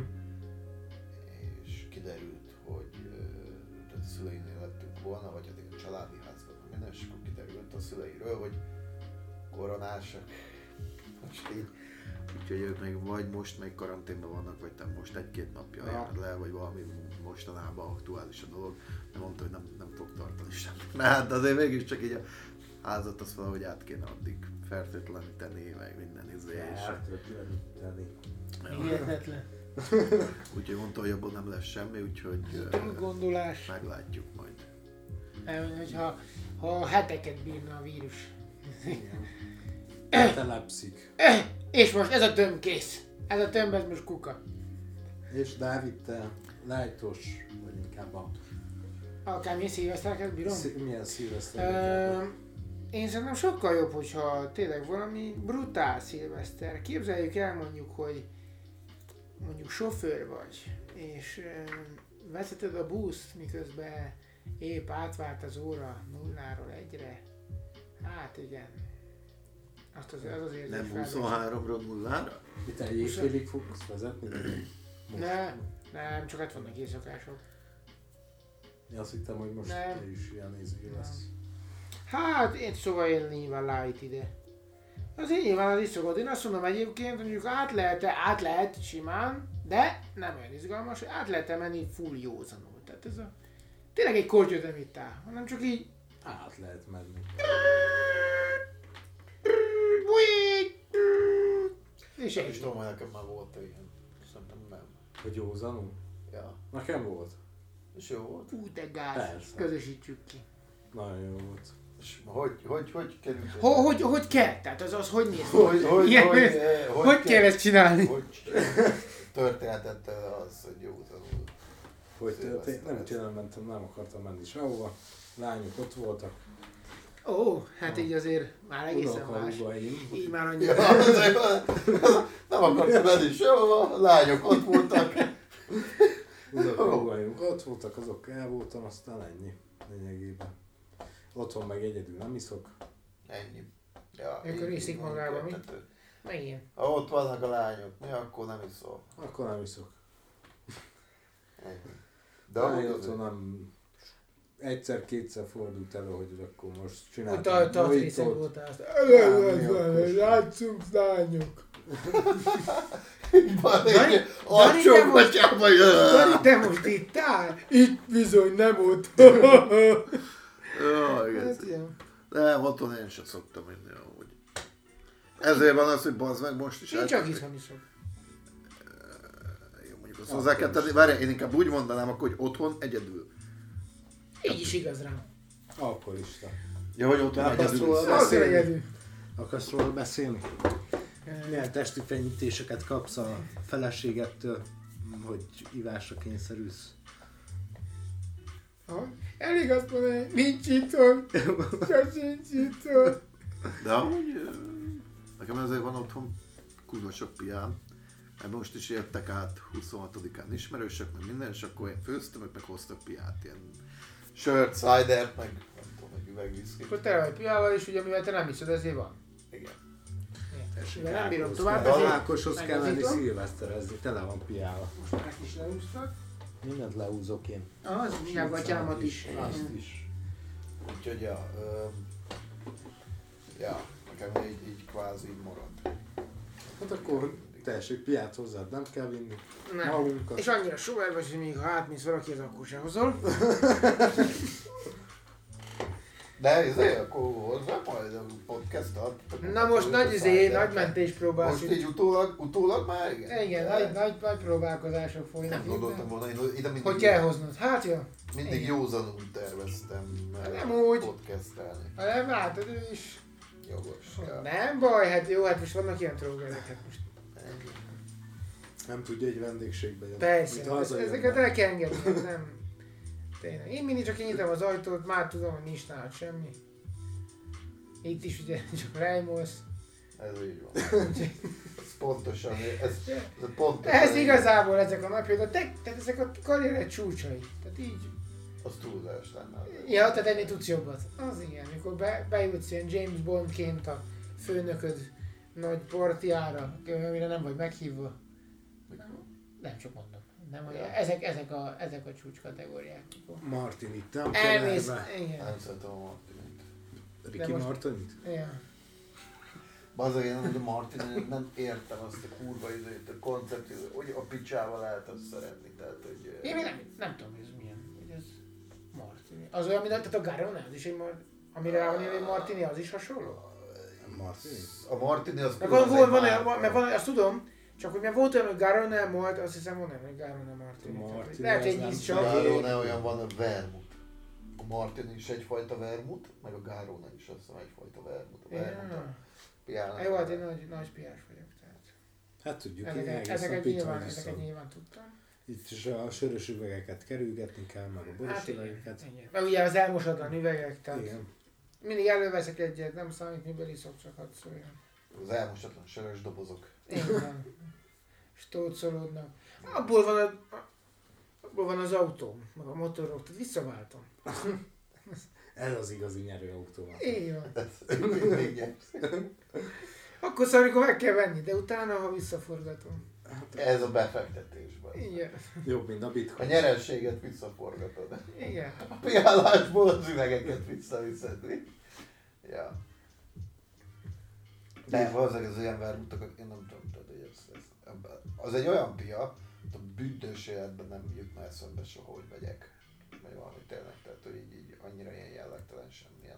És kiderült, hogy a szüleinél lettünk volna, vagy hát a családi házban, minden, és akkor kiderült a szüleiről, hogy koronásak. Úgyhogy ők még még karanténban vannak, vagy most egy-két napja jár le, vagy valami mostanában aktuális a dolog. De mondta, hogy nem fog tartani sem. Hát azért mégiscsak így a házat azt valahogy át kéne addig fertőtleníteni, meg minden Fertőtleníteni. Hihetetlen. Úgyhogy mondta, hogy abból nem lesz semmi, úgyhogy Gondolás. meglátjuk majd. Ha heteket bírna a vírus. Telepszik. És most ez a tömb kész. Ez a tömb, ez most kuka. És Dávid, te lightos, vagy inkább a... Akármilyen szilvesztereket bírom? Milyen szilveszter? Én szerintem sokkal jobb, hogyha tényleg valami brutál szilveszter. Képzeljük el hogy mondjuk sofőr vagy, és vezeted a buszt, miközben épp átvált az óra 0-ról 1-re. Hát igen. Azt az érzés Nem felmegy. 23-ról 0-ra? Itt egy éjfélig fogsz vezetni? Nem, csak ott vannak éjszakások. Én azt hittem, hogy most Nem. te is ilyen néző lesz. Hát, én szóval én nyilván light ide. Azért nyilván az is szokott. Én azt mondom egyébként, mondjuk át lehet simán, de nem olyan izgalmas, hogy át lehet menni full józanul. Tehát ez a... Tényleg egy kortyot nem itt áll, hanem csak így... Át lehet menni. És Nem is egy. tudom, hogy nekem már volt ilyen. Szerintem nem. Hogy józanul? Ja. Nekem volt. És jó volt? Ú, de gáz. Persze. Közösítsük ki. Nagyon jó volt. És hogy került? Hogy kell? Tehát az hogy néz ki? Igen, hogy kell kell ezt csinálni? Hogy történetet az, hogy jó tanul. Hogy történt? Nem tényleg mentem, nem akartam menni sehova. Lányok ott voltak. Ó, hát így azért már egészen más. Unokahugaim. Így már Ja, annyira. nem akartam menni sehova, lányok ott voltak. Unokahugaim ott voltak, azok el voltam, aztán ennyi. Lényegében. Otthon meg egyedül nem iszok. Ennyi. Ja, Akkor így iszik van, magában, mi? értető. Megint. Ha ott vannak a lányok, mi akkor nem iszol. Akkor nem iszok. Ennyi. De De amúgy otthon azért- nem... Egyszer-kétszer fordult elő, hogy akkor most Hogy csináltam tart részeg mojitót. voltál azt. Látszunk, lányok. Dani, Dani, te most itt áll? Itt bizony, nem ott. Hát, ilyen. Nem, otthon én sem szoktam inni amúgy. Ezért van az, hogy bazd meg most is Én csak itthon iszok. Jó, mondjuk azt hozzá kell tenni. Várjál, én inkább úgy mondanám, akkor, hogy otthon egyedül. Így is igaz rám. Alkoholista. Ja, hogy otthon De akarsz egyedül. róla iszol. Szóval egyedül. Akarsz róla beszélni? Milyen testi fenyítéseket kapsz a feleségettől, hogy ivásra kényszerülsz? Elég azt mondani, nincs itthon. Sosincs itthon. De amúgy nekem ezért van otthon kurva sok pián. Mert most is jöttek át 26-án ismerősök, meg minden, és akkor én főztem, ők meg hoztak piát, ilyen sört, cidert, meg nem tudom, meg üvegviszkit. Akkor tele vagy piával is, ugye, mivel te nem hiszed, ezért van. Igen. Mivel nem bírom tovább, De ezért Ákoshoz kell menni megmozítom. szilveszterezni, tele van piával. Most már ezt is leúztak. Mindent leúzok én. Az, mindjárt gatyámat is. Azt is. Úgyhogy ja, nekem így kvázi marad. Hát akkor tessék, piát hozzád nem kell vinni. Nem. Magunkat. És annyira sover vagy, hogy még ha átmész valaki, az akkor se hozol. De ezért akkor hozzá majd a podcast tartotok. Na most nagy mentés próbálsz. Most így utólag már igen? Igen, nagy próbálkozások folynak. Nem gondoltam volna, én ide mindig, Hogy kell hoznod? Hát jó. mindig Igen. józanul terveztem Nem úgy. podcastelni. Ha nem látod, ő is. Jogos. Ja. Nem baj, hát jó, hát most vannak ilyen trógerek, hát most. Nem tudja, egy vendégségbe jön. Persze, Mint hazajönne. ezeket el kell engedni, ez nem. Tényleg. Én mindig csak kinyitom az ajtót, már tudom, hogy nincs nálad semmi. Itt is ugye csak rejmolsz. Ez így van. Ez pontosan, ez pontosan. Ez igazából ezek a napjai, tehát ezek a karriered csúcsai. Tehát így. Az túlzás lenne. Ja, tehát ennél tudsz jobbat. Az igen, amikor bejutsz ilyen James Bondként a főnököd nagy partiára, amire nem vagy meghívva. Nem, csak mondom. Nem, hogy Ja. ezek a csúcs kategóriák. Martin itt nem Elmész, kell. igen. Nem szeretem a Martinit. Ricky most- Martinit? Ja. Bazzag, én nem, Martin, nem értem azt a kurva izét, a koncepciót, hogy a picsával lehet azt szeretni, tehát hogy... Én még nem tudom, hogy ez milyen, hogy ez Martini. Az olyan, mint tehát a Garone, az is egy amire rá van írva, hogy Martini, az is hasonló? Martin? A Martini az Mert külön, van, az egy márka. azt tudom, csak hogy mert volt olyan, hogy Garone volt, azt hiszem van olyan, hogy Garone Martini. Martini, Tehát, lehet, az egy nem íz tudom. csak. Garone olyan van, a vermut. A Martini is egyfajta vermut, meg a Garone is azt hiszem egyfajta vermut. A vermut a Ja. piának. Jó, hát én nagy piás vagyok, tehát. Hát tudjuk, én egész Ezeket nap nyilván, itt ezeket nyilván tudtam. Itt is a sörös üvegeket kerülgetni kell, meg a boros Hát igen, üvegeket. igen. Meg ugye az elmosatlan üvegek, tehát Igen. mindig előveszek egyet, nem számít, miből iszok, csak hadd szóljon. Az elmosatlan sörös dobozok. Igen. Stócolódnak. Abból van az autóm, meg a motorok, tehát visszaváltam. Ez az igazi nyerőautomat. Így van. Mindig nyersz. Akkor szóval, amikor meg kell venni, de utána, ha visszaforgatom. Ez a befektetésben. Igen. Jobb, mint a A bitcoin. nyerességet visszaforgatod. Igen. A piálásból az üvegeket visszaviszed. Ja. De valószínűleg az olyan várutakat, én nem tudom, hogy az egy olyan pia, a büdös életben nem jut már eszembe soha, hogy vegyek. Vagy valami tényleg, tehát hogy így annyira ilyen jellegtelen semmilyen.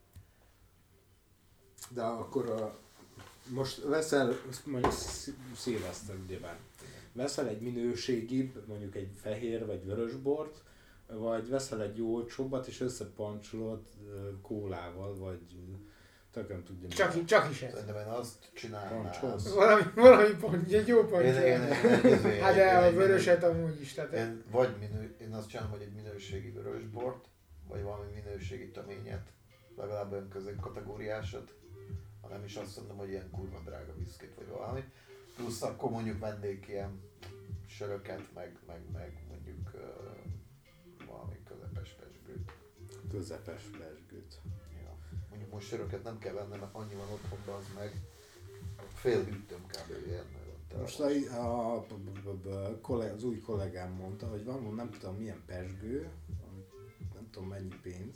De akkor most veszel, mondjuk szilveszter ugyebár, veszel egy minőségibb, mondjuk egy fehér vagy vörös bort, vagy veszel egy jó olcsóbbat és összepancsolod kólával, vagy tököm tudja. Csak is ez. Szerintem én azt csinálnám. Pancsolsz? Valami pont, egy jó pont. Hát de a vöröset amúgy is. Tehát Én azt csinálom, hogy egy minőségi vörösbort, vagy valami minőségi töményet, legalább olyan középkategóriásat, ha nem is azt mondom, hogy ilyen kurva drága viszkit vagy valami. Plusz akkor mondjuk vennék ilyen söröket, meg mondjuk valami közepes pesgőt. Közepes pesgőt. Ja. Mondjuk most söröket nem kell vennem, mert annyi van otthonban, az meg fél hűtőm kb. Ilyen. Most az új kollégám mondta, hogy van nem tudom milyen pesgő, nem tudom mennyi pénz.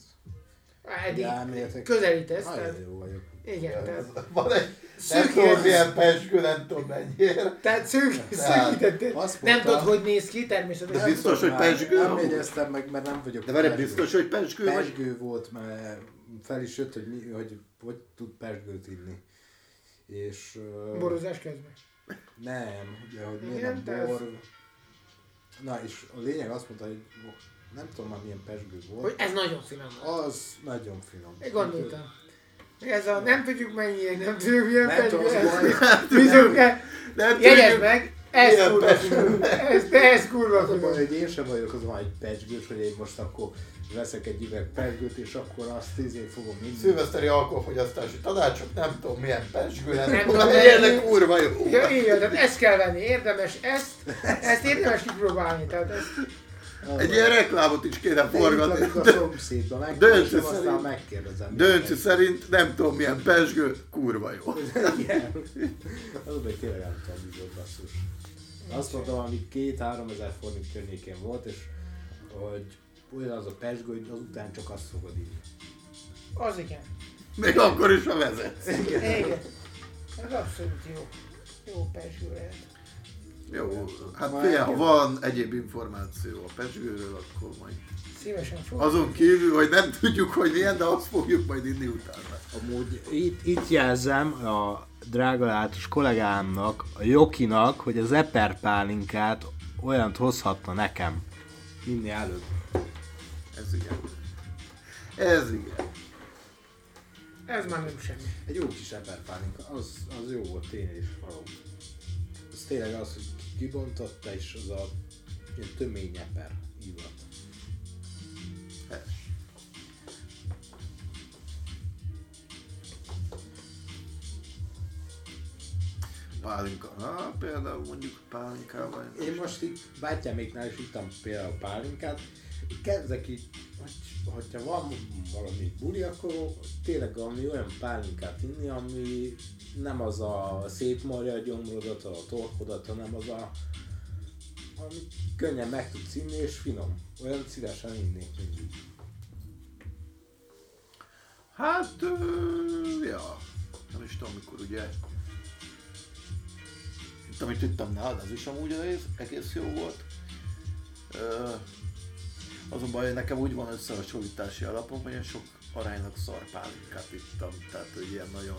Eddig közelítesz. Nagyon jó vagyok. Igen, tehát van egy nem tudom milyen pesgő, nem tudom mennyire. Tehát szűkítettél. Nem tudod, hogy néz ki, természetesen. De biztos, hogy pesgő? Nem jegyeztem meg, mert nem vagyok. De várj, biztos, hogy pesgő vagy? Pesgő volt, mert fel is jött, hogy tud pesgőt inni. És... Borozás közben. Nem, ugye, hogy miért Igen, nem bor... Na, és a lényeg azt mondta, hogy nem tudom már milyen pesgő volt. Hogy ez nagyon finom. Az nagyon finom. Én gondoltam. Ez a nem tudjuk mennyi, nem tudjuk milyen Nem tudom, pesgő. Jegyezd meg, ez kurva finom. Ez kurva az a baj, finom. hogy én sem vagyok azon egy pesgős, hogy én most akkor veszek egy üveg pesgőt, és akkor azt fogom inni. Szilveszteri alkoholfogyasztási tanácsok, nem tudom milyen pesgő, Nem tudom, ennek kurva jó. Ja, igen, tehát ezt kell venni, érdemes ezt érdemes kipróbálni, tehát ezt... Egy ilyen reklámot is kéne forgatni. A szomszédba megkérdezem, aztán megkérdezem. Döntő szerint nem tudom milyen pesgő, kurva jó. Igen. Az hogy tényleg nem tudom, mi volt basszus. Azt mondtam, ami 2-3 ezer forint környékén volt, és hogy olyan az a pesgő, hogy azután csak azt fogod inni. Az igen. Még akkor is, ha vezetsz. Igen. Ez abszolút jó. Jó pesgő lehet. Jó, hát ha van egyéb információ a pesgőről, akkor majd Szívesen fogok. azon kívül, hogy nem tudjuk, hogy milyen, de azt fogjuk majd inni utána. Amúgy itt jelzem a drága látos kollégámnak, a Jokinak, hogy az eper pálinkát olyant hozhatna nekem. Minél előbb. Ez igen. Ez igen. Ez már nem semmi. Egy jó kis eper pálinka, az jó volt tényleg is való. Az tényleg az, hogy kibontotta, és az a ilyen tömény eper illat. Pálinka. Na, például mondjuk pálinkával. Én most itt bátyáméknál is ittam például pálinkát, kezdek így, hogyha van valami buli, akkor tényleg valami olyan pálinkát inni, ami nem az a szétmarja a gyomrodat, a torkodat, hanem az a, ami könnyen meg tudsz inni és finom. Olyan szívesen innék mindig. Hát, ja, nem is tudom mikor ugye. Itt, amit ittam nálad, az is amúgy egész jó volt. Azonban hogy nekem úgy van összehasonlítási alapom, hogy én sok aránylag szar pálinkát ittam, tehát hogy ilyen nagyon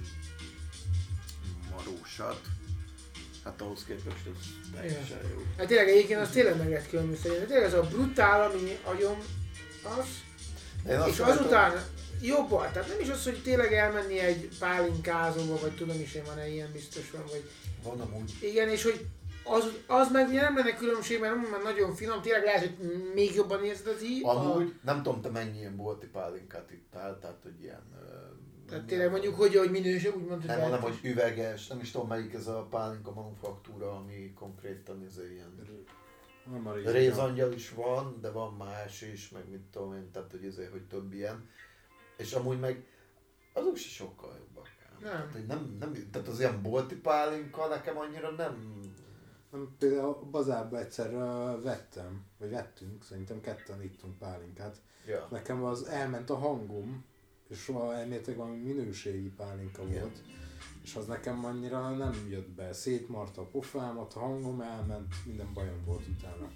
marósat. Hát ahhoz képest ez teljesen jó. Hát tényleg egyébként az tényleg meg lehet különböztetni. Tényleg ez a brutál, ami agyon az, és azután jobb volt. Tehát nem is az, hogy tényleg elmenni egy pálinkázóba, vagy tudom is én van-e ilyen biztos van, vagy... Van amúgy. Igen, és hogy az meg ugye nem lenne különbség, mert nagyon finom, tényleg lehet, hogy még jobban érzed az íz. Amúgy nem tudom, te mennyi ilyen bolti pálinkát ittál, tehát hogy ilyen... Tehát tényleg mondjuk, hogy minőség, úgy mondtad. Nem mondom, hogy üveges, nem is tudom melyik ez a pálinka manufaktúra, ami konkrétan ez ilyen... Rézangyal is van, de van más is, meg mit tudom én, tehát hogy több ilyen. És amúgy meg azok se sokkal jobbak. Tehát az ilyen bolti pálinka nekem annyira nem... Például a bazárba egyszer vettünk, szerintem ketten ittunk pálinkát. Ja. Nekem az elment a hangom, és soha elméletileg valami minőségi pálinka volt. És az nekem annyira nem jött be. Szétmarta a pofámat, a hangom elment, minden bajom volt utána.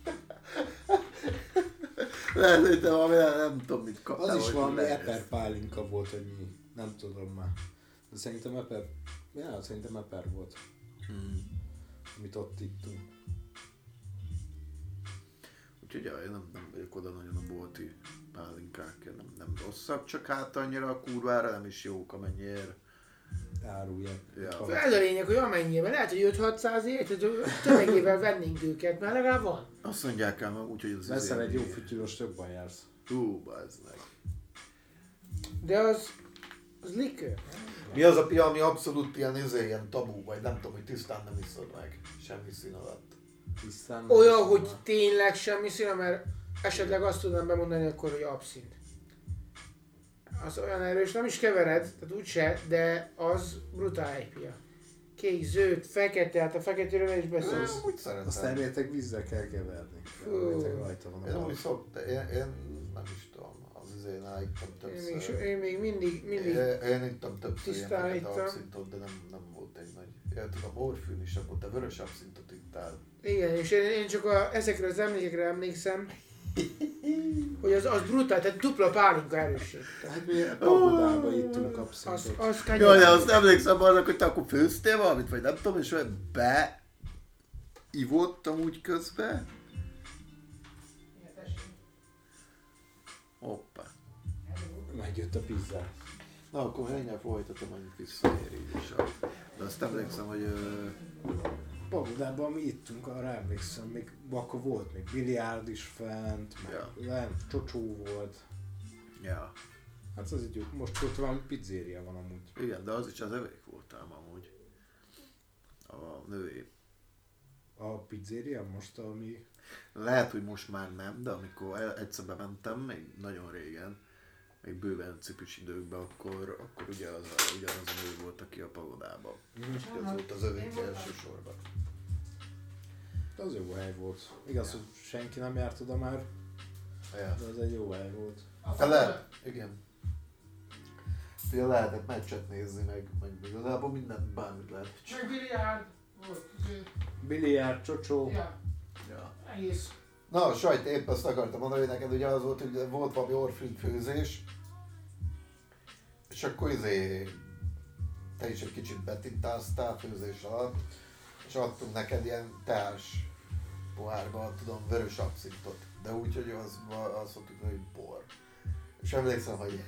Lehet, hogy te valami nem tudom mit kaptál. Az is valami eper pálinka volt, hogy nem tudom már. De szerintem eper volt. Amit ott ittunk. Úgyhogy én nem vagyok oda nagyon a bolti pálinkák, nem rosszak, csak hát annyira a kurvára nem is jók, amennyire árulják. Ja. Ez a lényeg, hogy amennyiben lehet, hogy 5-600 ért, hogy tömegével vennénk őket, mert legalább van. Azt mondják el, úgyhogy az veszel egy jó fütyülös, többen jársz. Bazd meg. De az likőr. Mi az a pia, ami abszolút ilyen tabú, vagy nem tudom, hogy tisztán nem iszod meg, semmi szín alatt. Olyan, hogy tényleg semmi szín, mert esetleg azt tudnám bemondani akkor, hogy abszint. Az olyan erős, nem is kevered, tehát úgyse, de az brutál pia. Kék, zöld, fekete, hát a feketéről is beszélsz. Úgy szeretem. Azt elméletek vízzel kell keverni. Rajta van én úgy szoktam, én nem is tudom, az izénál ittam többször. Én még mindig én ittam többször ilyen fekete abszintot, de nem volt egy nagy. Én tudom, a morfin is, akkor te vörös abszintot ittál. Igen, és én csak ezekre az emlékekre emlékszem, hogy az brutál, tehát dupla pálinka erősség. Hát mi a pagodába ittunk abszintot. Jaj, de azt emlékszem annak, hogy te akkor főztél valamit, vagy nem tudom, és beivottam úgy közben. Hoppá. Megjött a pizza. Na, akkor ennyi folytatom, annyit visszaér így is. De azt emlékszem, hogy... Pagodában mi ittunk, arra emlékszem, még akkor volt még biliárd is fent, meg csocsó volt. Ja. Hát az így, most ott valami pizzéria van amúgy. Igen, de az is az evék voltam amúgy. A női. A pizzéria most, ami... Lehet, hogy most már nem, de amikor egyszer bementem, még nagyon régen, még bőven cipis időkben, akkor ugye ugyanaz a nő volt, aki a pagodában. Ez volt az övék elsősorban. Az jó hely volt. Igaz, hogy senki nem járt oda már, de az egy jó hely volt. Lehet, igen. Ugye lehetett meccset nézni, meg igazából mindent, bármit lehet. Meg biliárd volt. Biliárd, csocsó. Ja. Egész. Na, sajt, épp azt akartam mondani, hogy neked ugye az volt, hogy volt valami orfrid főzés, és akkor te is egy kicsit betintáztál főzés alatt, és adtunk neked ilyen teás pohárba, tudom, vörös abszintot, de úgy, hogy azt mondtuk, hogy bor. És emlékszem, hogy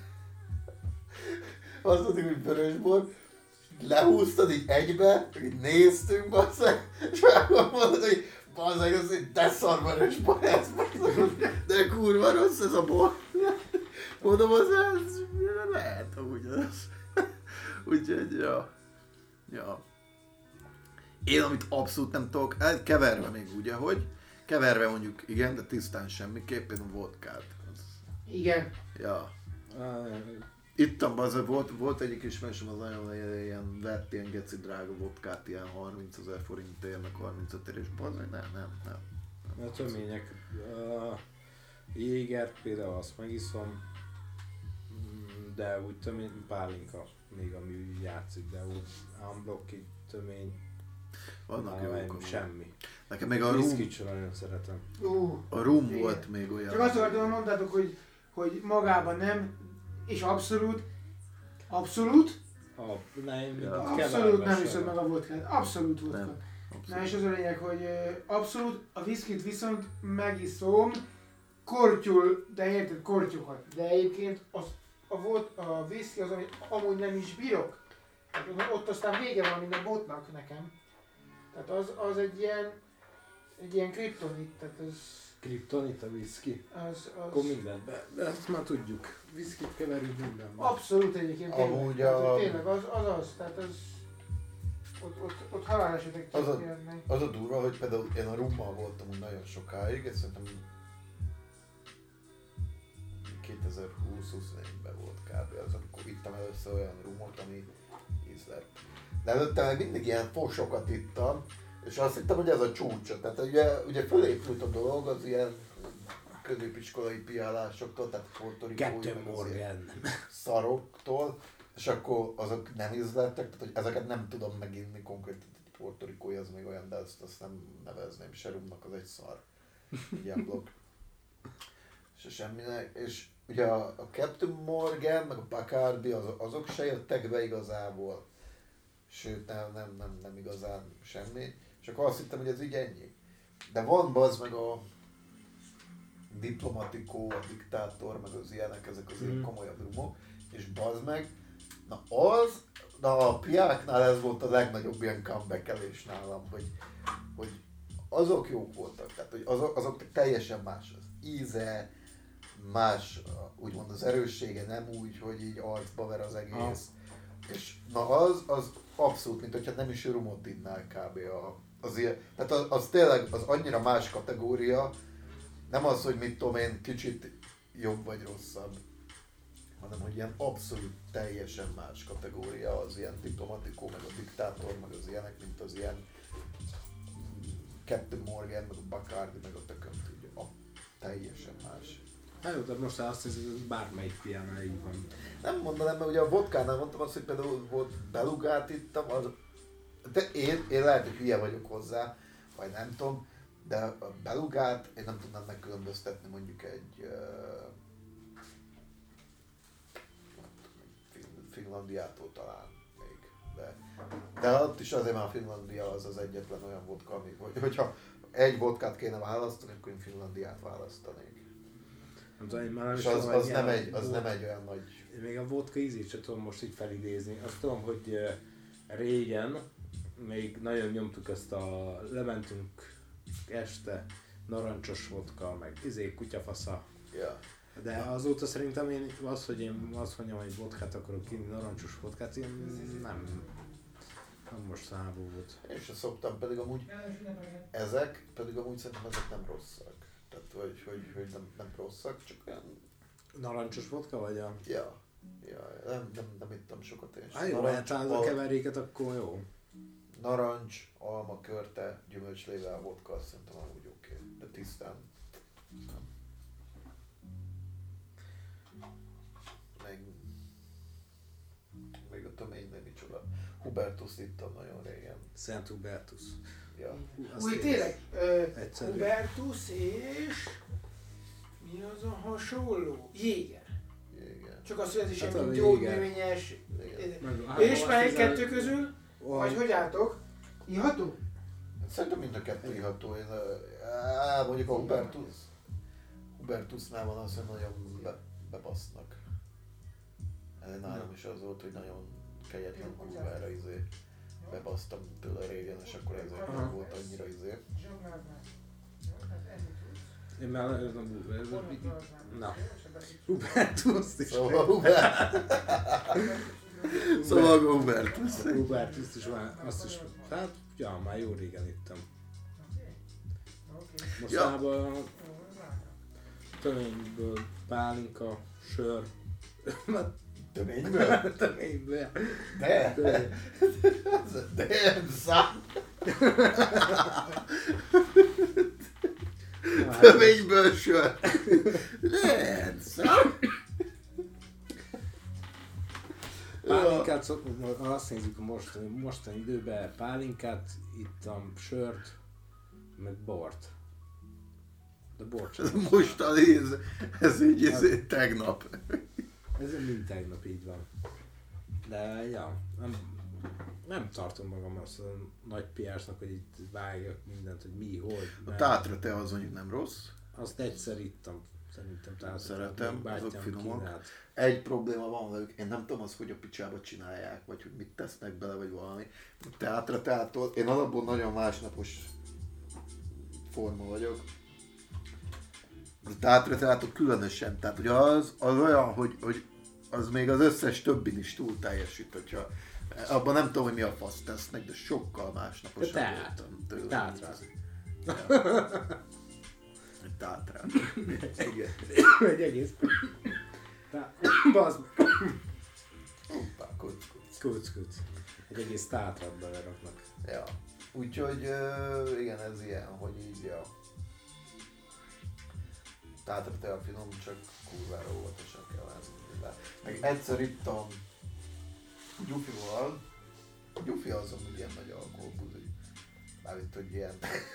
azt mondtuk, hogy vörös bor, lehúztad így egybe, így néztünk, basszeg, és akkor mondod, hogy bazzeg, az egy deszarvörös bor ez, de kurva rossz ez a bor. Mondom, az lehet amúgy az. Úgyhogy, ja. Én amit abszolút nem tudok, keverve még ugye, hogy keverve mondjuk, igen, de tisztán semmiképp, én a vodkát. Igen. Ja. Ittam, volt egyik ismerősöm, az nagyon ilyen vett ilyen geci drága vodkát, ilyen 30 000 forintért, meg 35 ér, és bazdmeg, nem. A tömények, jégert például azt megiszom, de úgy tömény, pálinka még ami úgy játszik, de úgy unblock így tömény. Vannak jók. Semmi. Nekem még a Whisky-t sem nagyon szeretem. A rum volt még olyan. Csak azt akartam, mondtátok, hogy magában nem, és abszolút. Abszolút nem viszont meg a vodkát. Abszolút vodka. Na és az a lényeg, hogy abszolút a whiskyt viszont megiszom kortyul, de érted, kortyokat. De egyébként a whisky az, amit amúgy nem is bírok. Ott aztán vége van minden botnak nekem. Tehát az egy ilyen kriptonit, tehát ez... Kriptonit a whisky? Az... Akkor mindenben, de ezt már tudjuk. Whiskyt keverünk mindenben. Abszolút egyébként amúgy tényleg az, tehát az... ott halálesetek történnek. Az a durva, hogy például én a rummal voltam úgy nagyon sokáig, és szerintem 2020-21-ben volt kb. Az, amikor ittam először olyan rumot, ami íz lett. De előtte meg mindig ilyen fosokat ittam, és azt hittem, hogy ez a csúcsa. Tehát ugye fölépült a dolog az ilyen középiskolai piálásoktól, tehát Puerto Ricói, meg az ilyen szaroktól, és akkor azok nem ízlettek, tehát hogy ezeket nem tudom meginni konkrétan, hogy Puerto Ricói az még olyan, de azt nem nevezném se rumnak, az egy szar. Ilyen blokk. Se semminek, és ugye a Captain Morgan, meg a Bacardi, azok se jöttek be igazából. Sőt, nem igazán semmi. És akkor azt hittem, hogy ez így ennyi. De van bazd meg a Diplomático, a Diktátor, meg az ilyenek, ezek az ilyen komolyabb rumok. És bazd meg, a piáknál ez volt a legnagyobb ilyen comeback-elés nálam, hogy azok jók voltak, tehát hogy azok teljesen más az íze, más úgymond az erőssége, nem úgy, hogy így arcba ver az egész. És na az abszolút, mint hogyha nem is rumot innál kb. Az ilyen, tehát az tényleg az annyira más kategória, nem az, hogy mit tudom én, kicsit jobb vagy rosszabb, hanem hogy ilyen abszolút teljesen más kategória az ilyen Diplomático, meg a Diktátor, meg az ilyenek, mint az ilyen Captain Morgan, meg a Bacardi, meg a tököm tudja. Teljesen más. Hát jó, de most azt hiszem, hogy bármelyik piánál így van. Nem mondanám, mert ugye a vodkánál mondtam azt, hogy például volt belugát ittam, de én lehet, hogy hülye vagyok hozzá, vagy nem tudom, de a belugát én nem tudnám megkülönböztetni mondjuk egy Finlandiától talán még, de ott is azért már Finlandia az egyetlen olyan vodka, ami, hogyha egy vodkát kéne választani, akkor én Finlandiát választanék. És az nem egy olyan nagy... Én még a vodka ízét sem tudom most így felidézni. Azt tudom, hogy régen még nagyon nyomtuk ezt lementünk este, narancsos vodka, meg kutyafasza. Yeah. De azóta szerintem én azt mondjam, hogy vodkát akarok inni, narancsos vodkát, én nem mostanában volt. Én sem szoktam, pedig amúgy szerintem ezek nem rosszak. Tehát, hogy nem rosszak, csak olyan... Narancsos vodka vagy a... Ja, nem ittam sokat én. Jó, hát a keveréket akkor jó. Narancs, alma, körte, gyümölcslével, vodka, azt szerintem amúgy oké. De tisztán. Még a töménynél micsoda. Hubertus ittam nagyon régen. Szent Hubertus. Ja. Új, tényleg, Hubertus és mi az a hasonló? Jéger. Csak azt, hogy ez is egy gyógynövényes. És melyik kettő közül? Vagy hogy álltok? Iható? Szerintem mind a kettő iható. Mondjuk a Hubertusnál van az, hogy nagyon bebasznak. Nálam is az volt, hogy nagyon kegyetlen kurvára bebasztam tőle régen, és akkor ezért nem volt annyira Én már na, Hubertus is. Szóval Hubertus. Hubertus is van, azt is, hát, ja, már jó régen ittam. Mostában töményből pálinka, sör. Töményből? Töményből. De szám. Töményből sör. Nem szám. Pálinkát azt nézzük a mostani időben, pálinkát, ittam, sört, meg bort. De bort sem. Mostani, ez így tegnap. Ez mind tegnap így van. De ja, nem tartom magam azt a nagy piásnak, hogy itt vágjak mindent, hogy mi, hogy. A Tátra te az mondjuk nem rossz. Azt egyszer ittam. Szerintem szeretem, azok finomak. Egy probléma van velük, én nem tudom azt, hogy a picsába csinálják, vagy hogy mit tesznek bele, vagy valami. Teátratától, én alapból nagyon másnapos forma vagyok. A teátratától különösen, tehát hogy az olyan, hogy az még az összes többin is túl teljesít, hogyha Abban nem tudom, hogy mi a fasz tesznek, de sokkal másnaposabb Teát. voltam tőle. Tátrán. Tátrán. Igen. Egy egész. Bazd. Hoppá, kuc. Kuc. Egy egész tátrat beleraknak. Ja. Úgyhogy igen, ez ilyen, hogy így ja. Tátra te a finom, csak kurvára óvatosan kell lenni. Meg egyszer ittam Gyufival. Gyufi az amúgy ilyen nagy alkoholbuzi. Mármint, hogy ilyen.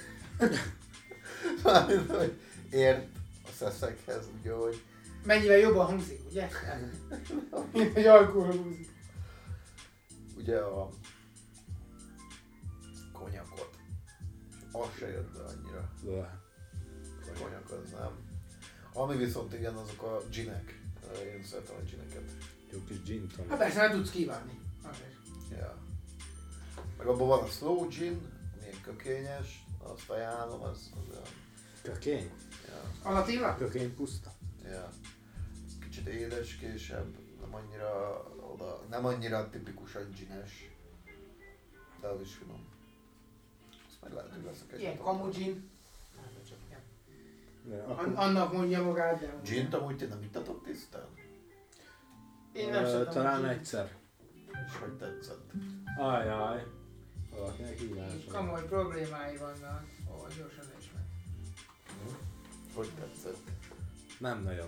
Mármint, hogy ért a szeszekhez, ugye, hogy... Mennyivel jobban hangzik, ugye? Mint egy alkoholbúzi. Ugye a konyakot. Az se jött be annyira. Konyak az nem. Ami viszont igen, azok a ginek. Én szeretem a gineket. Jó kis gin tonic. Hát persze, nem tudsz kívánni. Ja. Meg abban van a slow gin, milyen kökényes, azt ajánlom, az olyan... Kökény? Ja. Az Attila? Kökény puszta. Ja. Kicsit édeskésebb, nem annyira tipikusan gines, de az is finom. Azt meg lehet, hogy veszek egy. Ilyen kamu gin. Akkor Annak mondja magát, de... Gint amúgy ti nem ittatok tisztán? Én nem szeretem. talán a gin. egyszer. És hogy tetszett? Ajaj. Valakinek hívás. Komoly problémái vannak. Ó, gyorsan is meg. Hogy tetszett? Nem nagyon.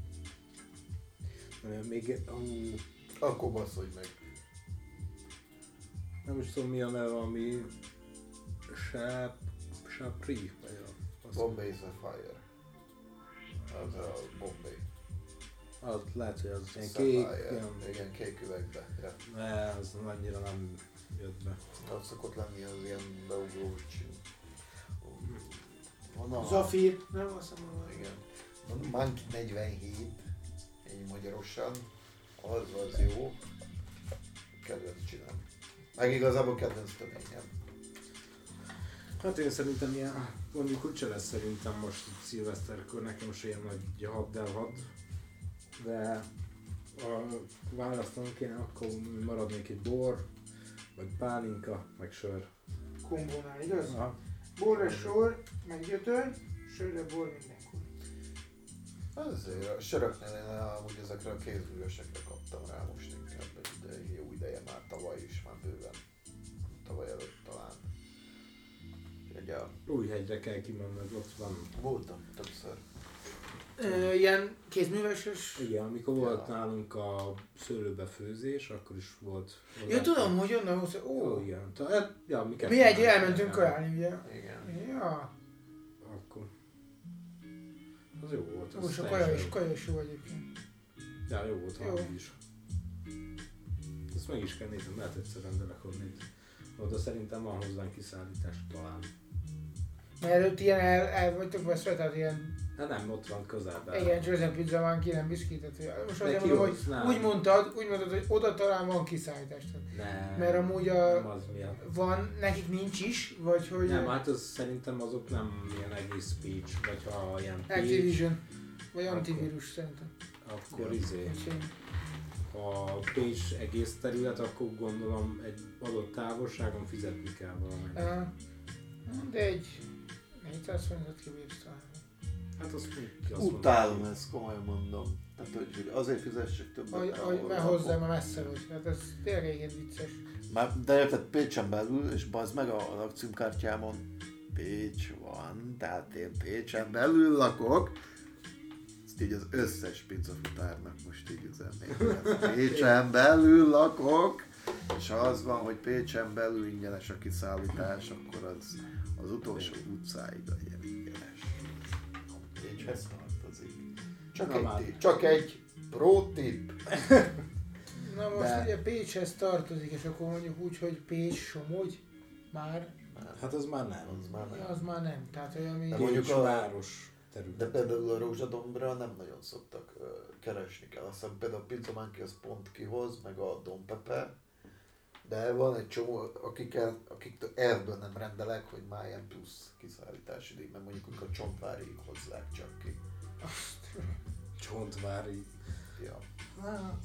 Még... Akkor basszolj meg. nem is tudom mi a neve, ami... Sapri, vagy a... Bombay Sapphire. Az a Bombay. Az lehet, hogy az ilyen kék... Igen, kék üvegbe. Ja. Ne, az annyira nem jött be. Az szokott lenni az ilyen beugró csin. Zafír, nem azt mondom. Igen. Van Monkey 47, így magyarosan. Az jó. Kedvenc csinálom. Meg igazából kedvenc töményem. Hát én szerintem ilyen, mondjuk úgyse lesz szerintem most szilveszterkor, nekem se ilyen nagy hadd, de ha választanom kéne, akkor maradnék egy bor, vagy pálinka, meg sör. Kombónál, igaz? Aha. Borra sor, meg gyötör, sörre bor mindenkor. Azért a söröknél én amúgy ezekre a kézművesekre kaptam rá most inkább egy jó ideje már, tavaly is, már bőven. Tavaly előtt talán. Újhegyre kell kimenned, ott van. Voltam többször. Ilyen kézműveses? Igen, amikor volt nálunk a szőlőbefőzés, akkor is volt. Ja, tudom, hogy onnan hozzá. Ó, igen. Ja, Mi egy elmentünk kajálni, ugye? Igen. Ja. Akkor. Az jó volt. Most a kaja is jó egyébként. Ja, jó volt, Jó. amúgy is. Ezt meg is kell nézni, lehet egyszer rendelek onnét. Oda szerintem van hozzánk kiszállítás talán. Mert előtt ilyen el vagytok veszve, tehát ilyen... Hát nem, ott van közelben. Igen, csak ezen pizza van ki, nem biszkitet. Most azért ki mondom, ott? hogy Nem. úgy mondtad, hogy oda talán van kiszállítás. Nem. Mert amúgy Nem az miatt. van, nekik nincs is, vagy hogy... Nem, hát az szerintem azok nem ilyen egész speech, vagy ha ilyen Activision, vagy Akkor- antivírus szerintem. akkor izé. Úgyhogy Ha Pécs egész terület, akkor gondolom egy adott távolságon fizetni kell valamit. de egy 400 forintot kibírsz talán. Hát azt mondjuk, Utálom ezt, komolyan mondom. Tehát, hogy azért fizessek többet. Mert hozzá már messze vagy. Hát ez tényleg egy vicces. De érted, Pécsen belül, és bazd meg a lakcímkártyámon Pécs van, tehát én Pécsen belül lakok. Ezt így az összes pizzafutárnak most így üzennék. Pécsen belül lakok, és ha az van, hogy Pécsen belül ingyenes a kiszállítás, akkor az utolsó utcáig legyen ingyenes. Pécshez tartozik. Csak egy pro tip. Na most De- ugye Pécshez tartozik, és akkor mondjuk úgy, hogy Pécs, Somogy, már, Hát az már nem. Az már nem. az már nem. Tehát olyan, ami... De Pécs mondjuk a- város De terület. például a rózsadombra nem nagyon szoktak keresni kell. Azt hiszem például a Pizza Monkey az pont kihoz, meg a Don Pepe. De van egy csomó, akiktől ebből nem rendelek, hogy már ilyen plusz kiszállítási díj, mert mondjuk a Csontvárig hozzák csak ki. Csontvári. Ja. Hát,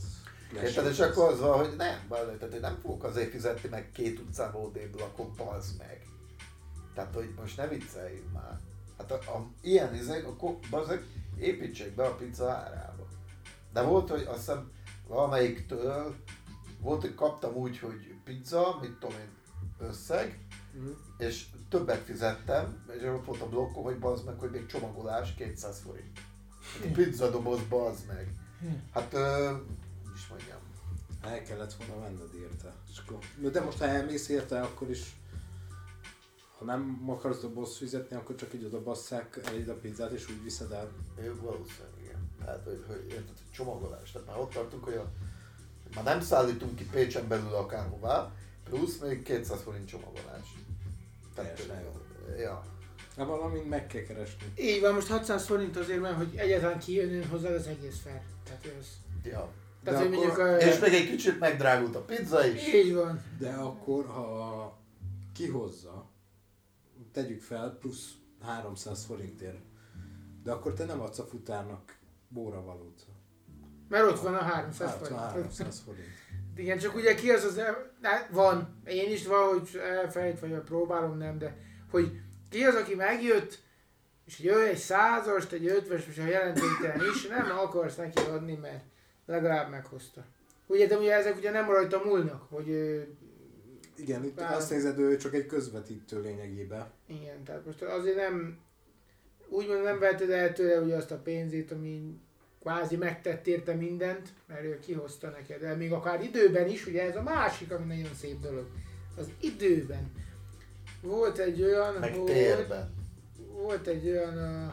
Érted, és akkor az van, hogy nem, tehát hogy nem fogok azért fizetni meg 2 utcán odébb lakom, balsz meg. Tehát, hogy most ne vicceljünk már. Hát ilyen izék, akkor bazzeg építsék be a pizza árába. De volt, hogy azt hiszem valamelyiktől, volt, hogy kaptam úgy, hogy pizza, mit tudom én, összeg, és többet fizettem, és ott volt a blokkom, hogy bazd meg, hogy még csomagolás 200 forint. Hát a pizza doboz, bazd meg. Hát, is mondjam. El kellett volna venned érte. De most ha elmész érte, akkor is, ha nem akarsz dobozt fizetni, akkor csak így oda basszák eléd a pizzát és úgy viszed el. Valószínűleg igen. Tehát, hogy érted, csomagolás. Tehát már ott tartunk, hogy már nem szállítunk ki Pécsen belül akárhová, plusz még 200 forint csomagolás. Tehát, ja. De valamint meg kell keresni. Így van, most 600 forint azért, mert hogy egyáltalán kijön hozzá az egész fair. Tehát ez... Ja. Tehát, hogy mondjuk és még egy kicsit megdrágult a pizza is. Így van. De akkor, ha kihozza, tegyük fel, plusz 300 forintért. De akkor te nem adsz a futárnak bóravalót. Mert ott van a 300 forint. 300 forint. Igen, csak ugye ki az, van, én is valahogy elfelejt vagy próbálom, nem, de hogy ki az, aki megjött, és jöjj egy 100-ast, egy 50-est, és ha jelentéktelen is, nem akarsz neki adni, mert legalább meghozta. Ugye, de ugye ezek ugye nem rajta múlnak, hogy... Igen, itt azt nézed, ő csak egy közvetítő lényegében. Igen, tehát most azért nem, úgymond nem vetted el tőle ugye azt a pénzét, ami kvázi megtett érte mindent, mert ő kihozta neked, de még akár időben is, ugye ez a másik, ami nagyon szép dolog, az időben. Volt egy olyan, meg térben. Volt egy olyan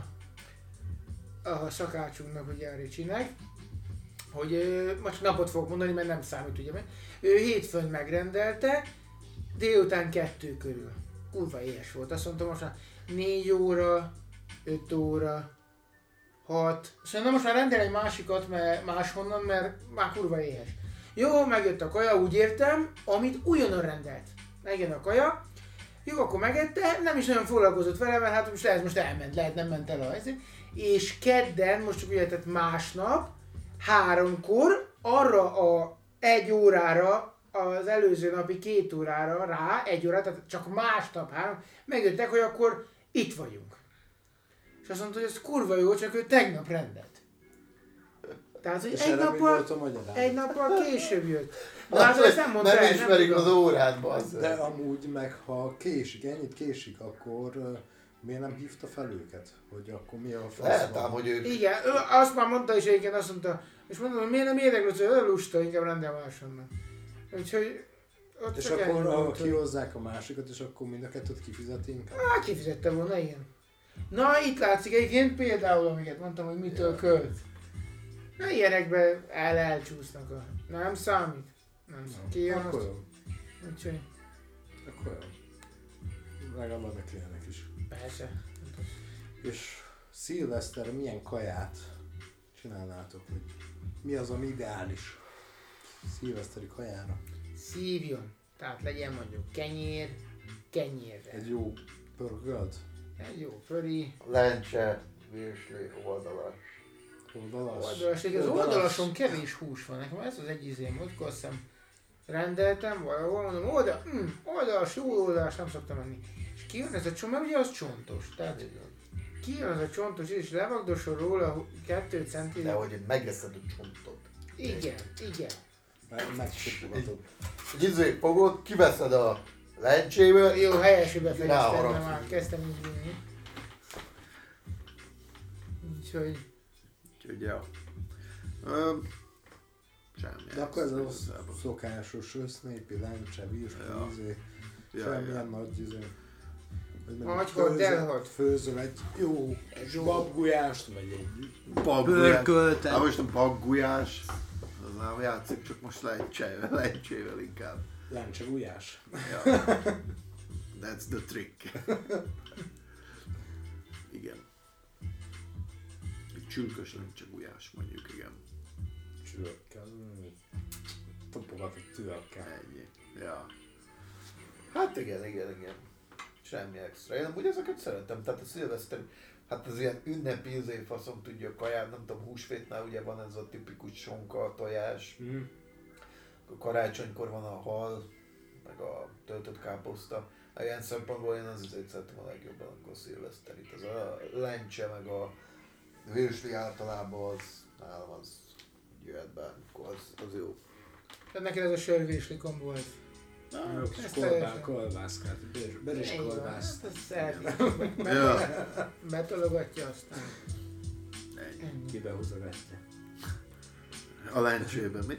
a szakácsunknak, ugye a Ricsinek, hogy most napot fogok mondani, mert nem számít ugye meg. Ő hétfőn megrendelte, délután 2 körül. Kurva éhes volt. Azt mondta most már 4 óra, 5 óra, 6. Szóval most már rendel egy másikat máshonnan, mert már kurva éhes. Jó, megjött a kaja, úgy értem, amit újonnan rendelt. Megjön a kaja. Jó, akkor megette, nem is nagyon foglalkozott vele, mert hát most elment, lehet nem ment el a helyzet. És kedden, most csak ugye, tehát másnap, 3-kor, arra a 1 órára, az előző napi 2 órára rá, 1 óra, tehát csak másnap 3, megjöttek, hogy akkor itt vagyunk. És azt mondta, hogy ez kurva jó, csak ő tegnap rendelt. Tehát, hogy egy nappal később jött. De hát ezt nem mondta nem el, ismerik az órát, bazzeg. De amúgy meg, ha késik, ennyit késik, akkor miért nem hívta fel őket? Hogy akkor mi a fasz lehet van? ám, hogy ők... Igen, ő azt már mondta is egyébként, azt mondta, és mondom, hogy miért nem érdeklődsz, hogy olyan lusta, inkább rendel máshonnan. Úgyhogy ott és csak akkor volt, kihozzák a másikat, és akkor mind a kettőt kifizeti inkább? Hát kifizette volna, igen. Na itt látszik egyébként például, amiket mondtam, hogy mitől költ. Na ilyenekben elcsúsznak a... Nem számít. Nem számít. Ki jön akkor azt? jó. Úgyhogy... Akkor jó. Legalább annak ilyenek is. Persze. És szilveszter milyen kaját csinálnátok? Hogy mi az, ami ideális szilveszteri kajára? Szívjon. Tehát legyen mondjuk kenyérre. Egy jó pörkölt? Egy jó föri. Lencse, virsli, oldalas. Oldalas. Az oldalason kevés hús van. Nekem ez az egy izém volt, akkor azt hiszem rendeltem valahol, mondom oldalas, jó oldalas, nem szoktam menni. És kijön ez a csont, mert ugye az csontos. Tehát kijön az a csontos, és levagdosol róla 2 centi. De hogy megeszed a csontot. Igen. Megsipulhatod. Egy izé fogod, kiveszed a lencséből. Jó, helyesen befejeztem, Ráharapsz. mert már kezdtem így vinni. Úgyhogy... ja. Semmi. De akkor ez a szokásos össznépi lencse, virsli, semmilyen nagy Agyhord, elhord. Főzöl egy jó babgulyást, vagy egy Pörköltet. Na most a babgulyás, az nem játszik, csak most lencsével inkább. lencse gulyás. Ja. That's the trick. Igen. Egy csülkös lencse gulyás mondjuk, igen. Csülökkel. Topogatott tülökkel. Ennyi. Ja. Hát igen. Semmi extra. Én amúgy ezeket szeretem, tehát a szilveszter, hát az ilyen ünnepi faszom tudja kaját, nem tudom, húsvétnál ugye van ez a tipikus sonka, tojás, karácsonykor van a hal, meg a töltött káposzta. Ilyen szempontból én az szeretem a legjobban, akkor szilveszterit. Ez a lencse, meg a virsli általában az nálam az jöhet be, akkor az jó. Tehát neked ez a sörvirsli kombó ez? Kolbászkát, beres kolbászt. Ez szeretnék. Betologatja aztán. Ki behúzogatja. A lencsében mi?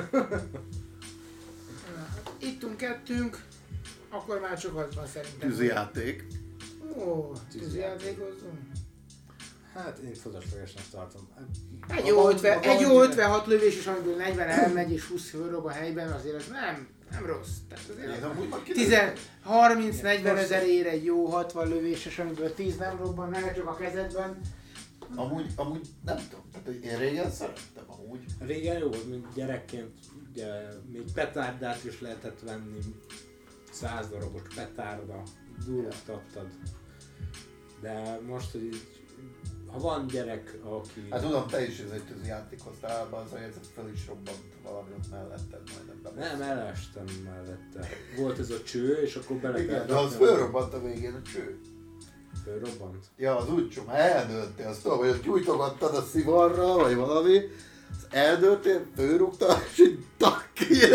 Ittunk, ettünk, akkor már csak az van szerintem. Tűzijáték. Ó, tűzijátékozzunk? Hát én fölöslegesnek tartom. Egy jó 56 lövés is, amiből 40 elmegy és 20 fölrob a helyben, azért ez nem rossz. Tehát 30-40 ezerért egy jó 60 lövéses, amiből 10 nem robban, nem csak a kezedben. Amúgy nem tudom, tehát én régen szerettem amúgy. Régen jó volt, mint gyerekként, ugye még petárdát is lehetett venni, 100 darabos petárda, durogtattad. De most, hogy így, ha van gyerek, aki... Hát tudom, te is ez egy tűzijáték hoztál, az a helyzet fel is robbant valami ott melletted majdnem. Nem, elestem mellette. Volt ez a cső, és akkor bele igen, de az fölrobbant a végén a cső. Fölrobbant? Ja, az úgy csomó, elnőttél, azt tudom, hogy ott gyújtogattad a szivarra, vagy valami, az eldőltél, fölrúgtál, és így tak,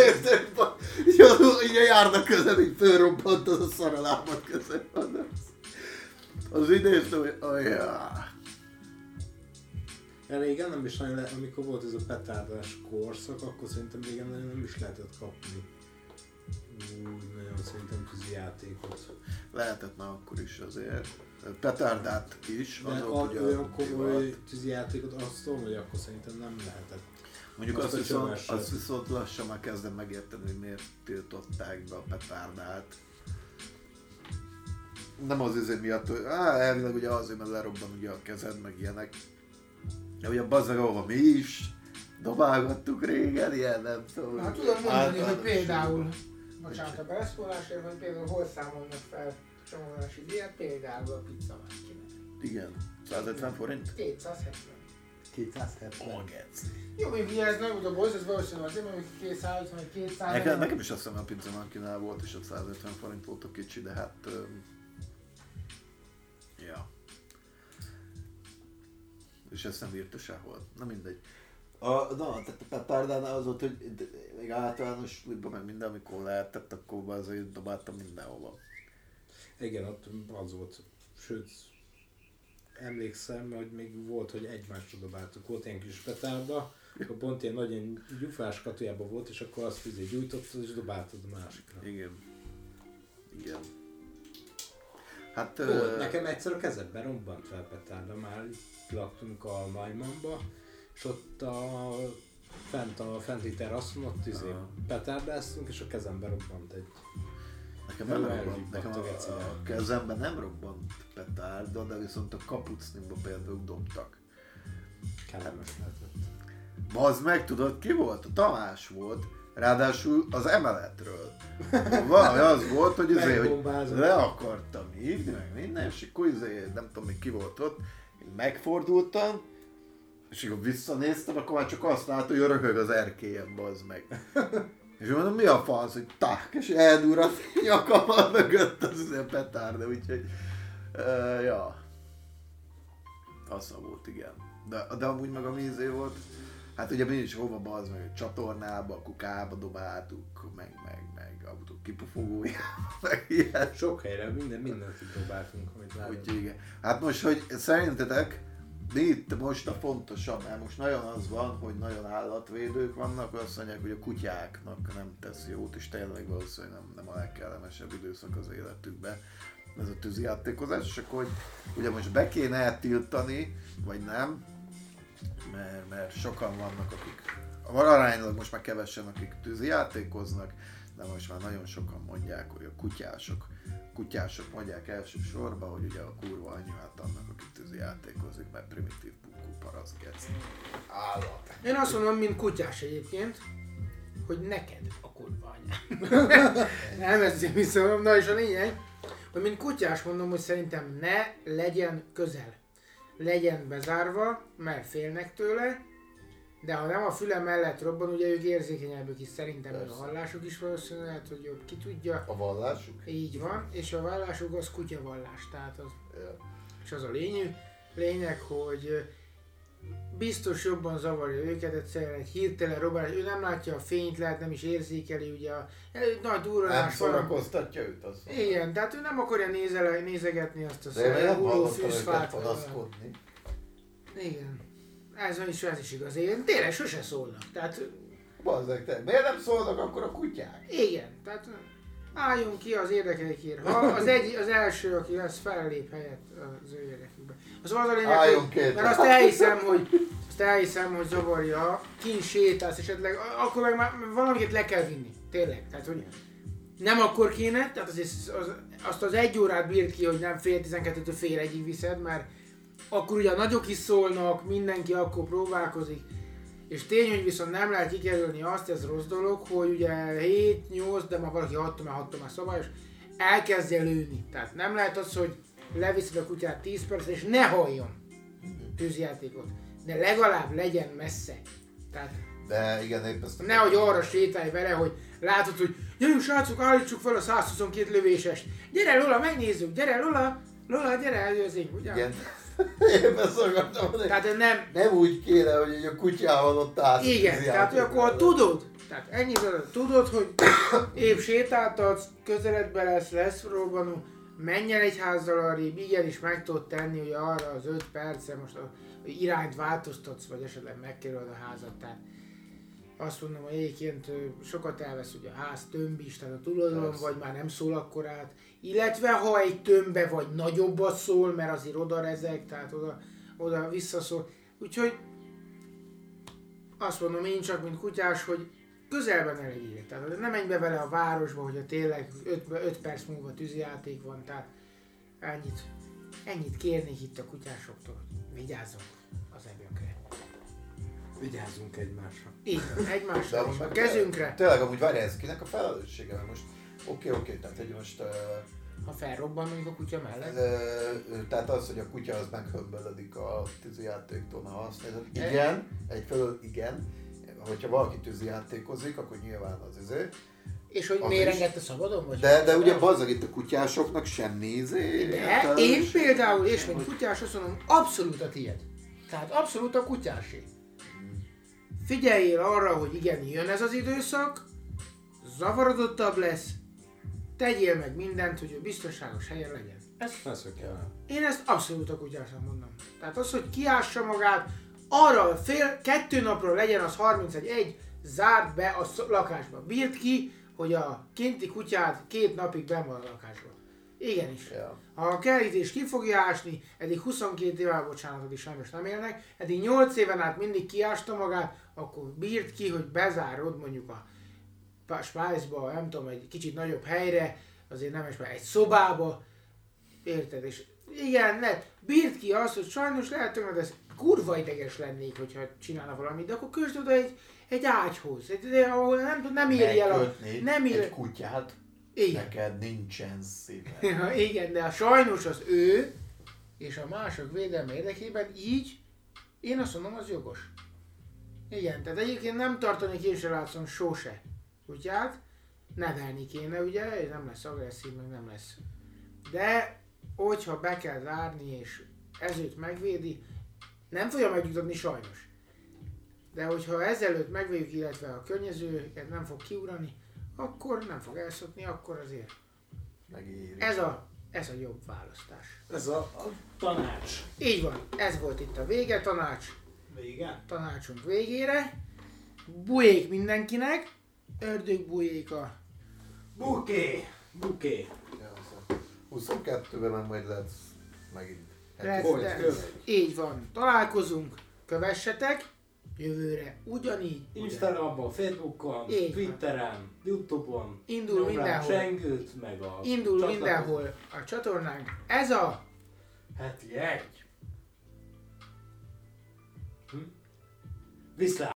így a járda közben így fölrobbant az a szaralámat közben. Az idéztem, hogy ajjá. Régen nem is nagyon amikor volt ez a petárdás korszak, akkor szerintem régen nem is lehetett kapni. Nagyon szerintem tűzijátékot. Lehetett már akkor is azért. Petárdát is. De olyan komoly tűzijátékot azt tudom, hogy akkor szerintem nem lehetett. Mondjuk azt viszont lassan már kezdem megérteni, hogy miért tiltották be a petárdát. Nem az azért miatt, hogy elvileg ugye azért, mert lerobban ugye a kezed, meg ilyenek. De ugye a bazzagolva mi is dobálgattuk régen, ilyen nem tudom. Hát tudom mondani, hogy például, bocsánat a beleszólásért, hogy például hol számolnak fel csomagolási díjat, például a pizza mákinek. Igen, 150 forint? 270. 270. Jó, még ugye ez nem doboz, ez valószínűleg azért, mert 250 vagy 200. Nekem is azt hiszem, a pizza mákinál volt, és ott 150 forint volt a kicsi, de hát... ja. És ezt nem írta sehol. Na mindegy. Tehát a petárdánál az volt, hogy még általános liba meg minden, amikor lehetett, akkor azért dobáltam mindenhova. Igen, ott az volt. Sőt, emlékszem, hogy még volt, hogy egymásra dobáltuk. Volt ilyen kis petárda, akkor pont ilyen nagyon gyufás katujában volt, és akkor azt gyújtottad és dobáltad a másikra. Igen. Hát... nekem egyszer a kezemben robbant fel petárda, már laktunk a Majmanba, és ott a fenti teraszon ott petárdáztunk, és a kezemben robbant egy. Nekem nem robbant, nekem a kezemben nem robbant petárda, de viszont a kapucniba például dobtak. Kellemes lehetett. Bazd meg, tudod ki volt? A Tamás volt, ráadásul az emeletről. Valami az volt, hogy le akartam hívni, meg minden, és akkor nem tudom még ki volt ott, én megfordultam, és akkor visszanéztem, akkor már csak azt látom, hogy röhög az erkélyen, bazd meg. És mondom, mi a fasz, hogy tak, és eldurrat nyakammal mögött az ilyen petárda, úgyhogy, ja. Assza volt, igen. De amúgy meg a mízé volt, hát ugye mi is hova bazd meg, a csatornába, a kukába dobáltuk, meg autó kipufogójába, meg ilyen. Sok helyre, mindent kipróbáltunk, amit látunk. Úgyhogy igen. Hát most, hogy szerintetek, mi itt most a fontosabb, mert most nagyon az van, hogy nagyon állatvédők vannak, azt mondják, hogy a kutyáknak nem tesz jót, és tényleg valószínűleg nem a legkellemesebb időszak az életükben ez a tűzijátékozás, és akkor, hogy ugye most be kéne tiltani, vagy nem, mert sokan vannak, akik aránylag most már kevesen, akik tűzijátékoznak, de most már nagyon sokan mondják, hogy a kutyások mondják elsősorban, hogy ugye a kurva anyját annak, aki tűzijátékozik, mert primitív bunkó parasztgec. Állat. Én azt mondom, mint kutyás egyébként, hogy neked a kurva anyám. Nem, ez azért viszont, na és a lényeg, hogy mint kutyás mondom, hogy szerintem ne legyen közel. Legyen bezárva, mert félnek tőle, De ha nem a füle mellett robban, ugye ők érzékenyebbek is szerintem, mert a hallásuk is valószínűleg lehet, hogy jobb, ki tudja. A vallásuk? Így van, és a vallásuk az kutyavallás, tehát az, és az a lényeg, hogy biztos jobban zavarja őket, egyszerűen egy hirtelen robbanás, ő nem látja a fényt, lehet nem is érzékeli, ugye a nagy durranás van. Nem szórakoztatja őt az. Igen, tehát ő nem akarja nézegetni azt a hulló fűzfát. Igen. Ez is igaz. Igen, tényleg sose szólnak. Tehát... Bazzeg te, miért nem szólnak akkor a kutyák? Igen, tehát álljunk ki az érdekeikért. Ha az első, aki lesz, felelép helyett az ő érdekükben. Az a lényeg, mert azt elhiszem, hogy zavarja, kint sétálsz esetleg, akkor meg már valamiket le kell vinni. Tényleg. Tehát, hogy nem akkor kéne, tehát azt az 1 órát bírt ki, hogy nem fél 12-től fél 1-ig viszed, mert akkor ugye a nagyok is szólnak, mindenki akkor próbálkozik. És tény, hogy viszont nem lehet kikerülni azt, ez rossz dolog, hogy ugye 7-8, de már valaki 6 már szabályos, elkezdje lőni. Tehát nem lehet az, hogy leviszed a kutyát 10 percet és ne halljon tűzjátékot. De legalább legyen messze. Tehát de igen, épp ezt nehogy arra sétálj vele, hogy látod, hogy jöjjünk srácok, állítsuk fel a 122 lövésest. Gyere Lola, megnézzük, gyere Lola, gyere, előzünk, ugye? Igen. Én ezt akartam mondani. Tehát nem úgy kéne, hogy a kutyával ott állsz. Igen, tehát akkor tudod, tehát ennyit tudod, hogy épp sétáltatsz, közeledbe lesz robbanó, menj el egy házzal arrébb, igenis meg tudod tenni, hogy arra az 5 percre most irányt változtatsz, vagy esetleg megkerülöd a házat. Tehát azt mondom, hogy egyébként sokat elvesz ugye a ház tömb is, tehát a tulajdon, vagy már nem szól akkor át. Illetve ha egy tömbbe vagy nagyobbat szól, mert azért oda rezeg, tehát oda visszaszól. Úgyhogy azt mondom én csak, mint kutyás, hogy közelben ne legyél. Tehát nem menj be vele a városba, hogy tényleg 5 perc múlva tűzijáték van, tehát ennyit kérnék itt a kutyásoktól, hogy vigyázzunk az evőnkre. Vigyázzunk egymásra. Így van, egymásra és a kezünkre. Tényleg amúgy várjál, ez kinek a felelőssége? Mert most oké, tehát hogy most... ha felrobban mondjuk a kutya mellett? Tehát az, hogy a kutya az meghömbölödik a tűzijátéktól, ha azt nézed. Igen, egyfelől igen. Hogyha valaki tűzijátékozik, akkor nyilván az izé. És hogy miért engedte szabadon? Vagy de ugye bazzag itt a kutyásoknak semmi izé. De én például, és mint kutyás azt mondom, abszolút a tiéd. Tehát abszolút a kutyásé. Figyeljél arra, hogy igen, jön ez az időszak, zavarodottabb lesz, tegyél meg mindent, hogy ő biztonságos helyen legyen. Én ezt abszolút a kutyásnak mondom. Tehát az, hogy kiássa magát, arra 2 napra legyen az 31, zárd be a lakásba. Bírd ki, hogy a kinti kutyád 2 napig benn van a lakásban. Igenis. Ja. Ha a kerítés ki fogja ásni, eddig 22 éve, bocsánat, is sajnos nem élnek, eddig 8 éven át mindig kiásta magát, akkor bírd ki, hogy bezárod mondjuk a spájzba, nem tudom, egy kicsit nagyobb helyre, azért nem egy szobába, érted? És igen, bírd ki azt, hogy sajnos lehet, hogy ez kurva ideges lennék, hogyha csinálna valamit, de akkor kösd oda egy ágyhoz, ahol nem éri el a... egy kutyát, igen. Neked nincsen szíve. Ja, igen, de sajnos az ő és a mások védelme érdekében így, én azt mondom, az jogos. Igen, tehát egyébként nem tartani későlászon sose kutyát, nevelni kéne, ugye, és nem lesz agresszív, meg nem lesz. De, hogyha be kell zárni, és ez őt megvédi, nem fogja megjutatni sajnos. De hogyha ezelőtt megvédjük, illetve a környezőket nem fog kiugrani, akkor nem fog elszokni, akkor azért megéri. Ez a jobb választás. Ez a tanács. Így van, ez volt itt a vége, tanácsunk végére. Bujék mindenkinek, ördögbujék Buké! 22-ben nem majd lesz megint. Így van, találkozunk, kövessetek, jövőre ugyanígy. Instagramon, Facebookon, Twitteren, Youtube-on. Indul mindenhol. Csengőt, meg a indul mindenhol a csatornánk. Ez a heti 1. Viszlát!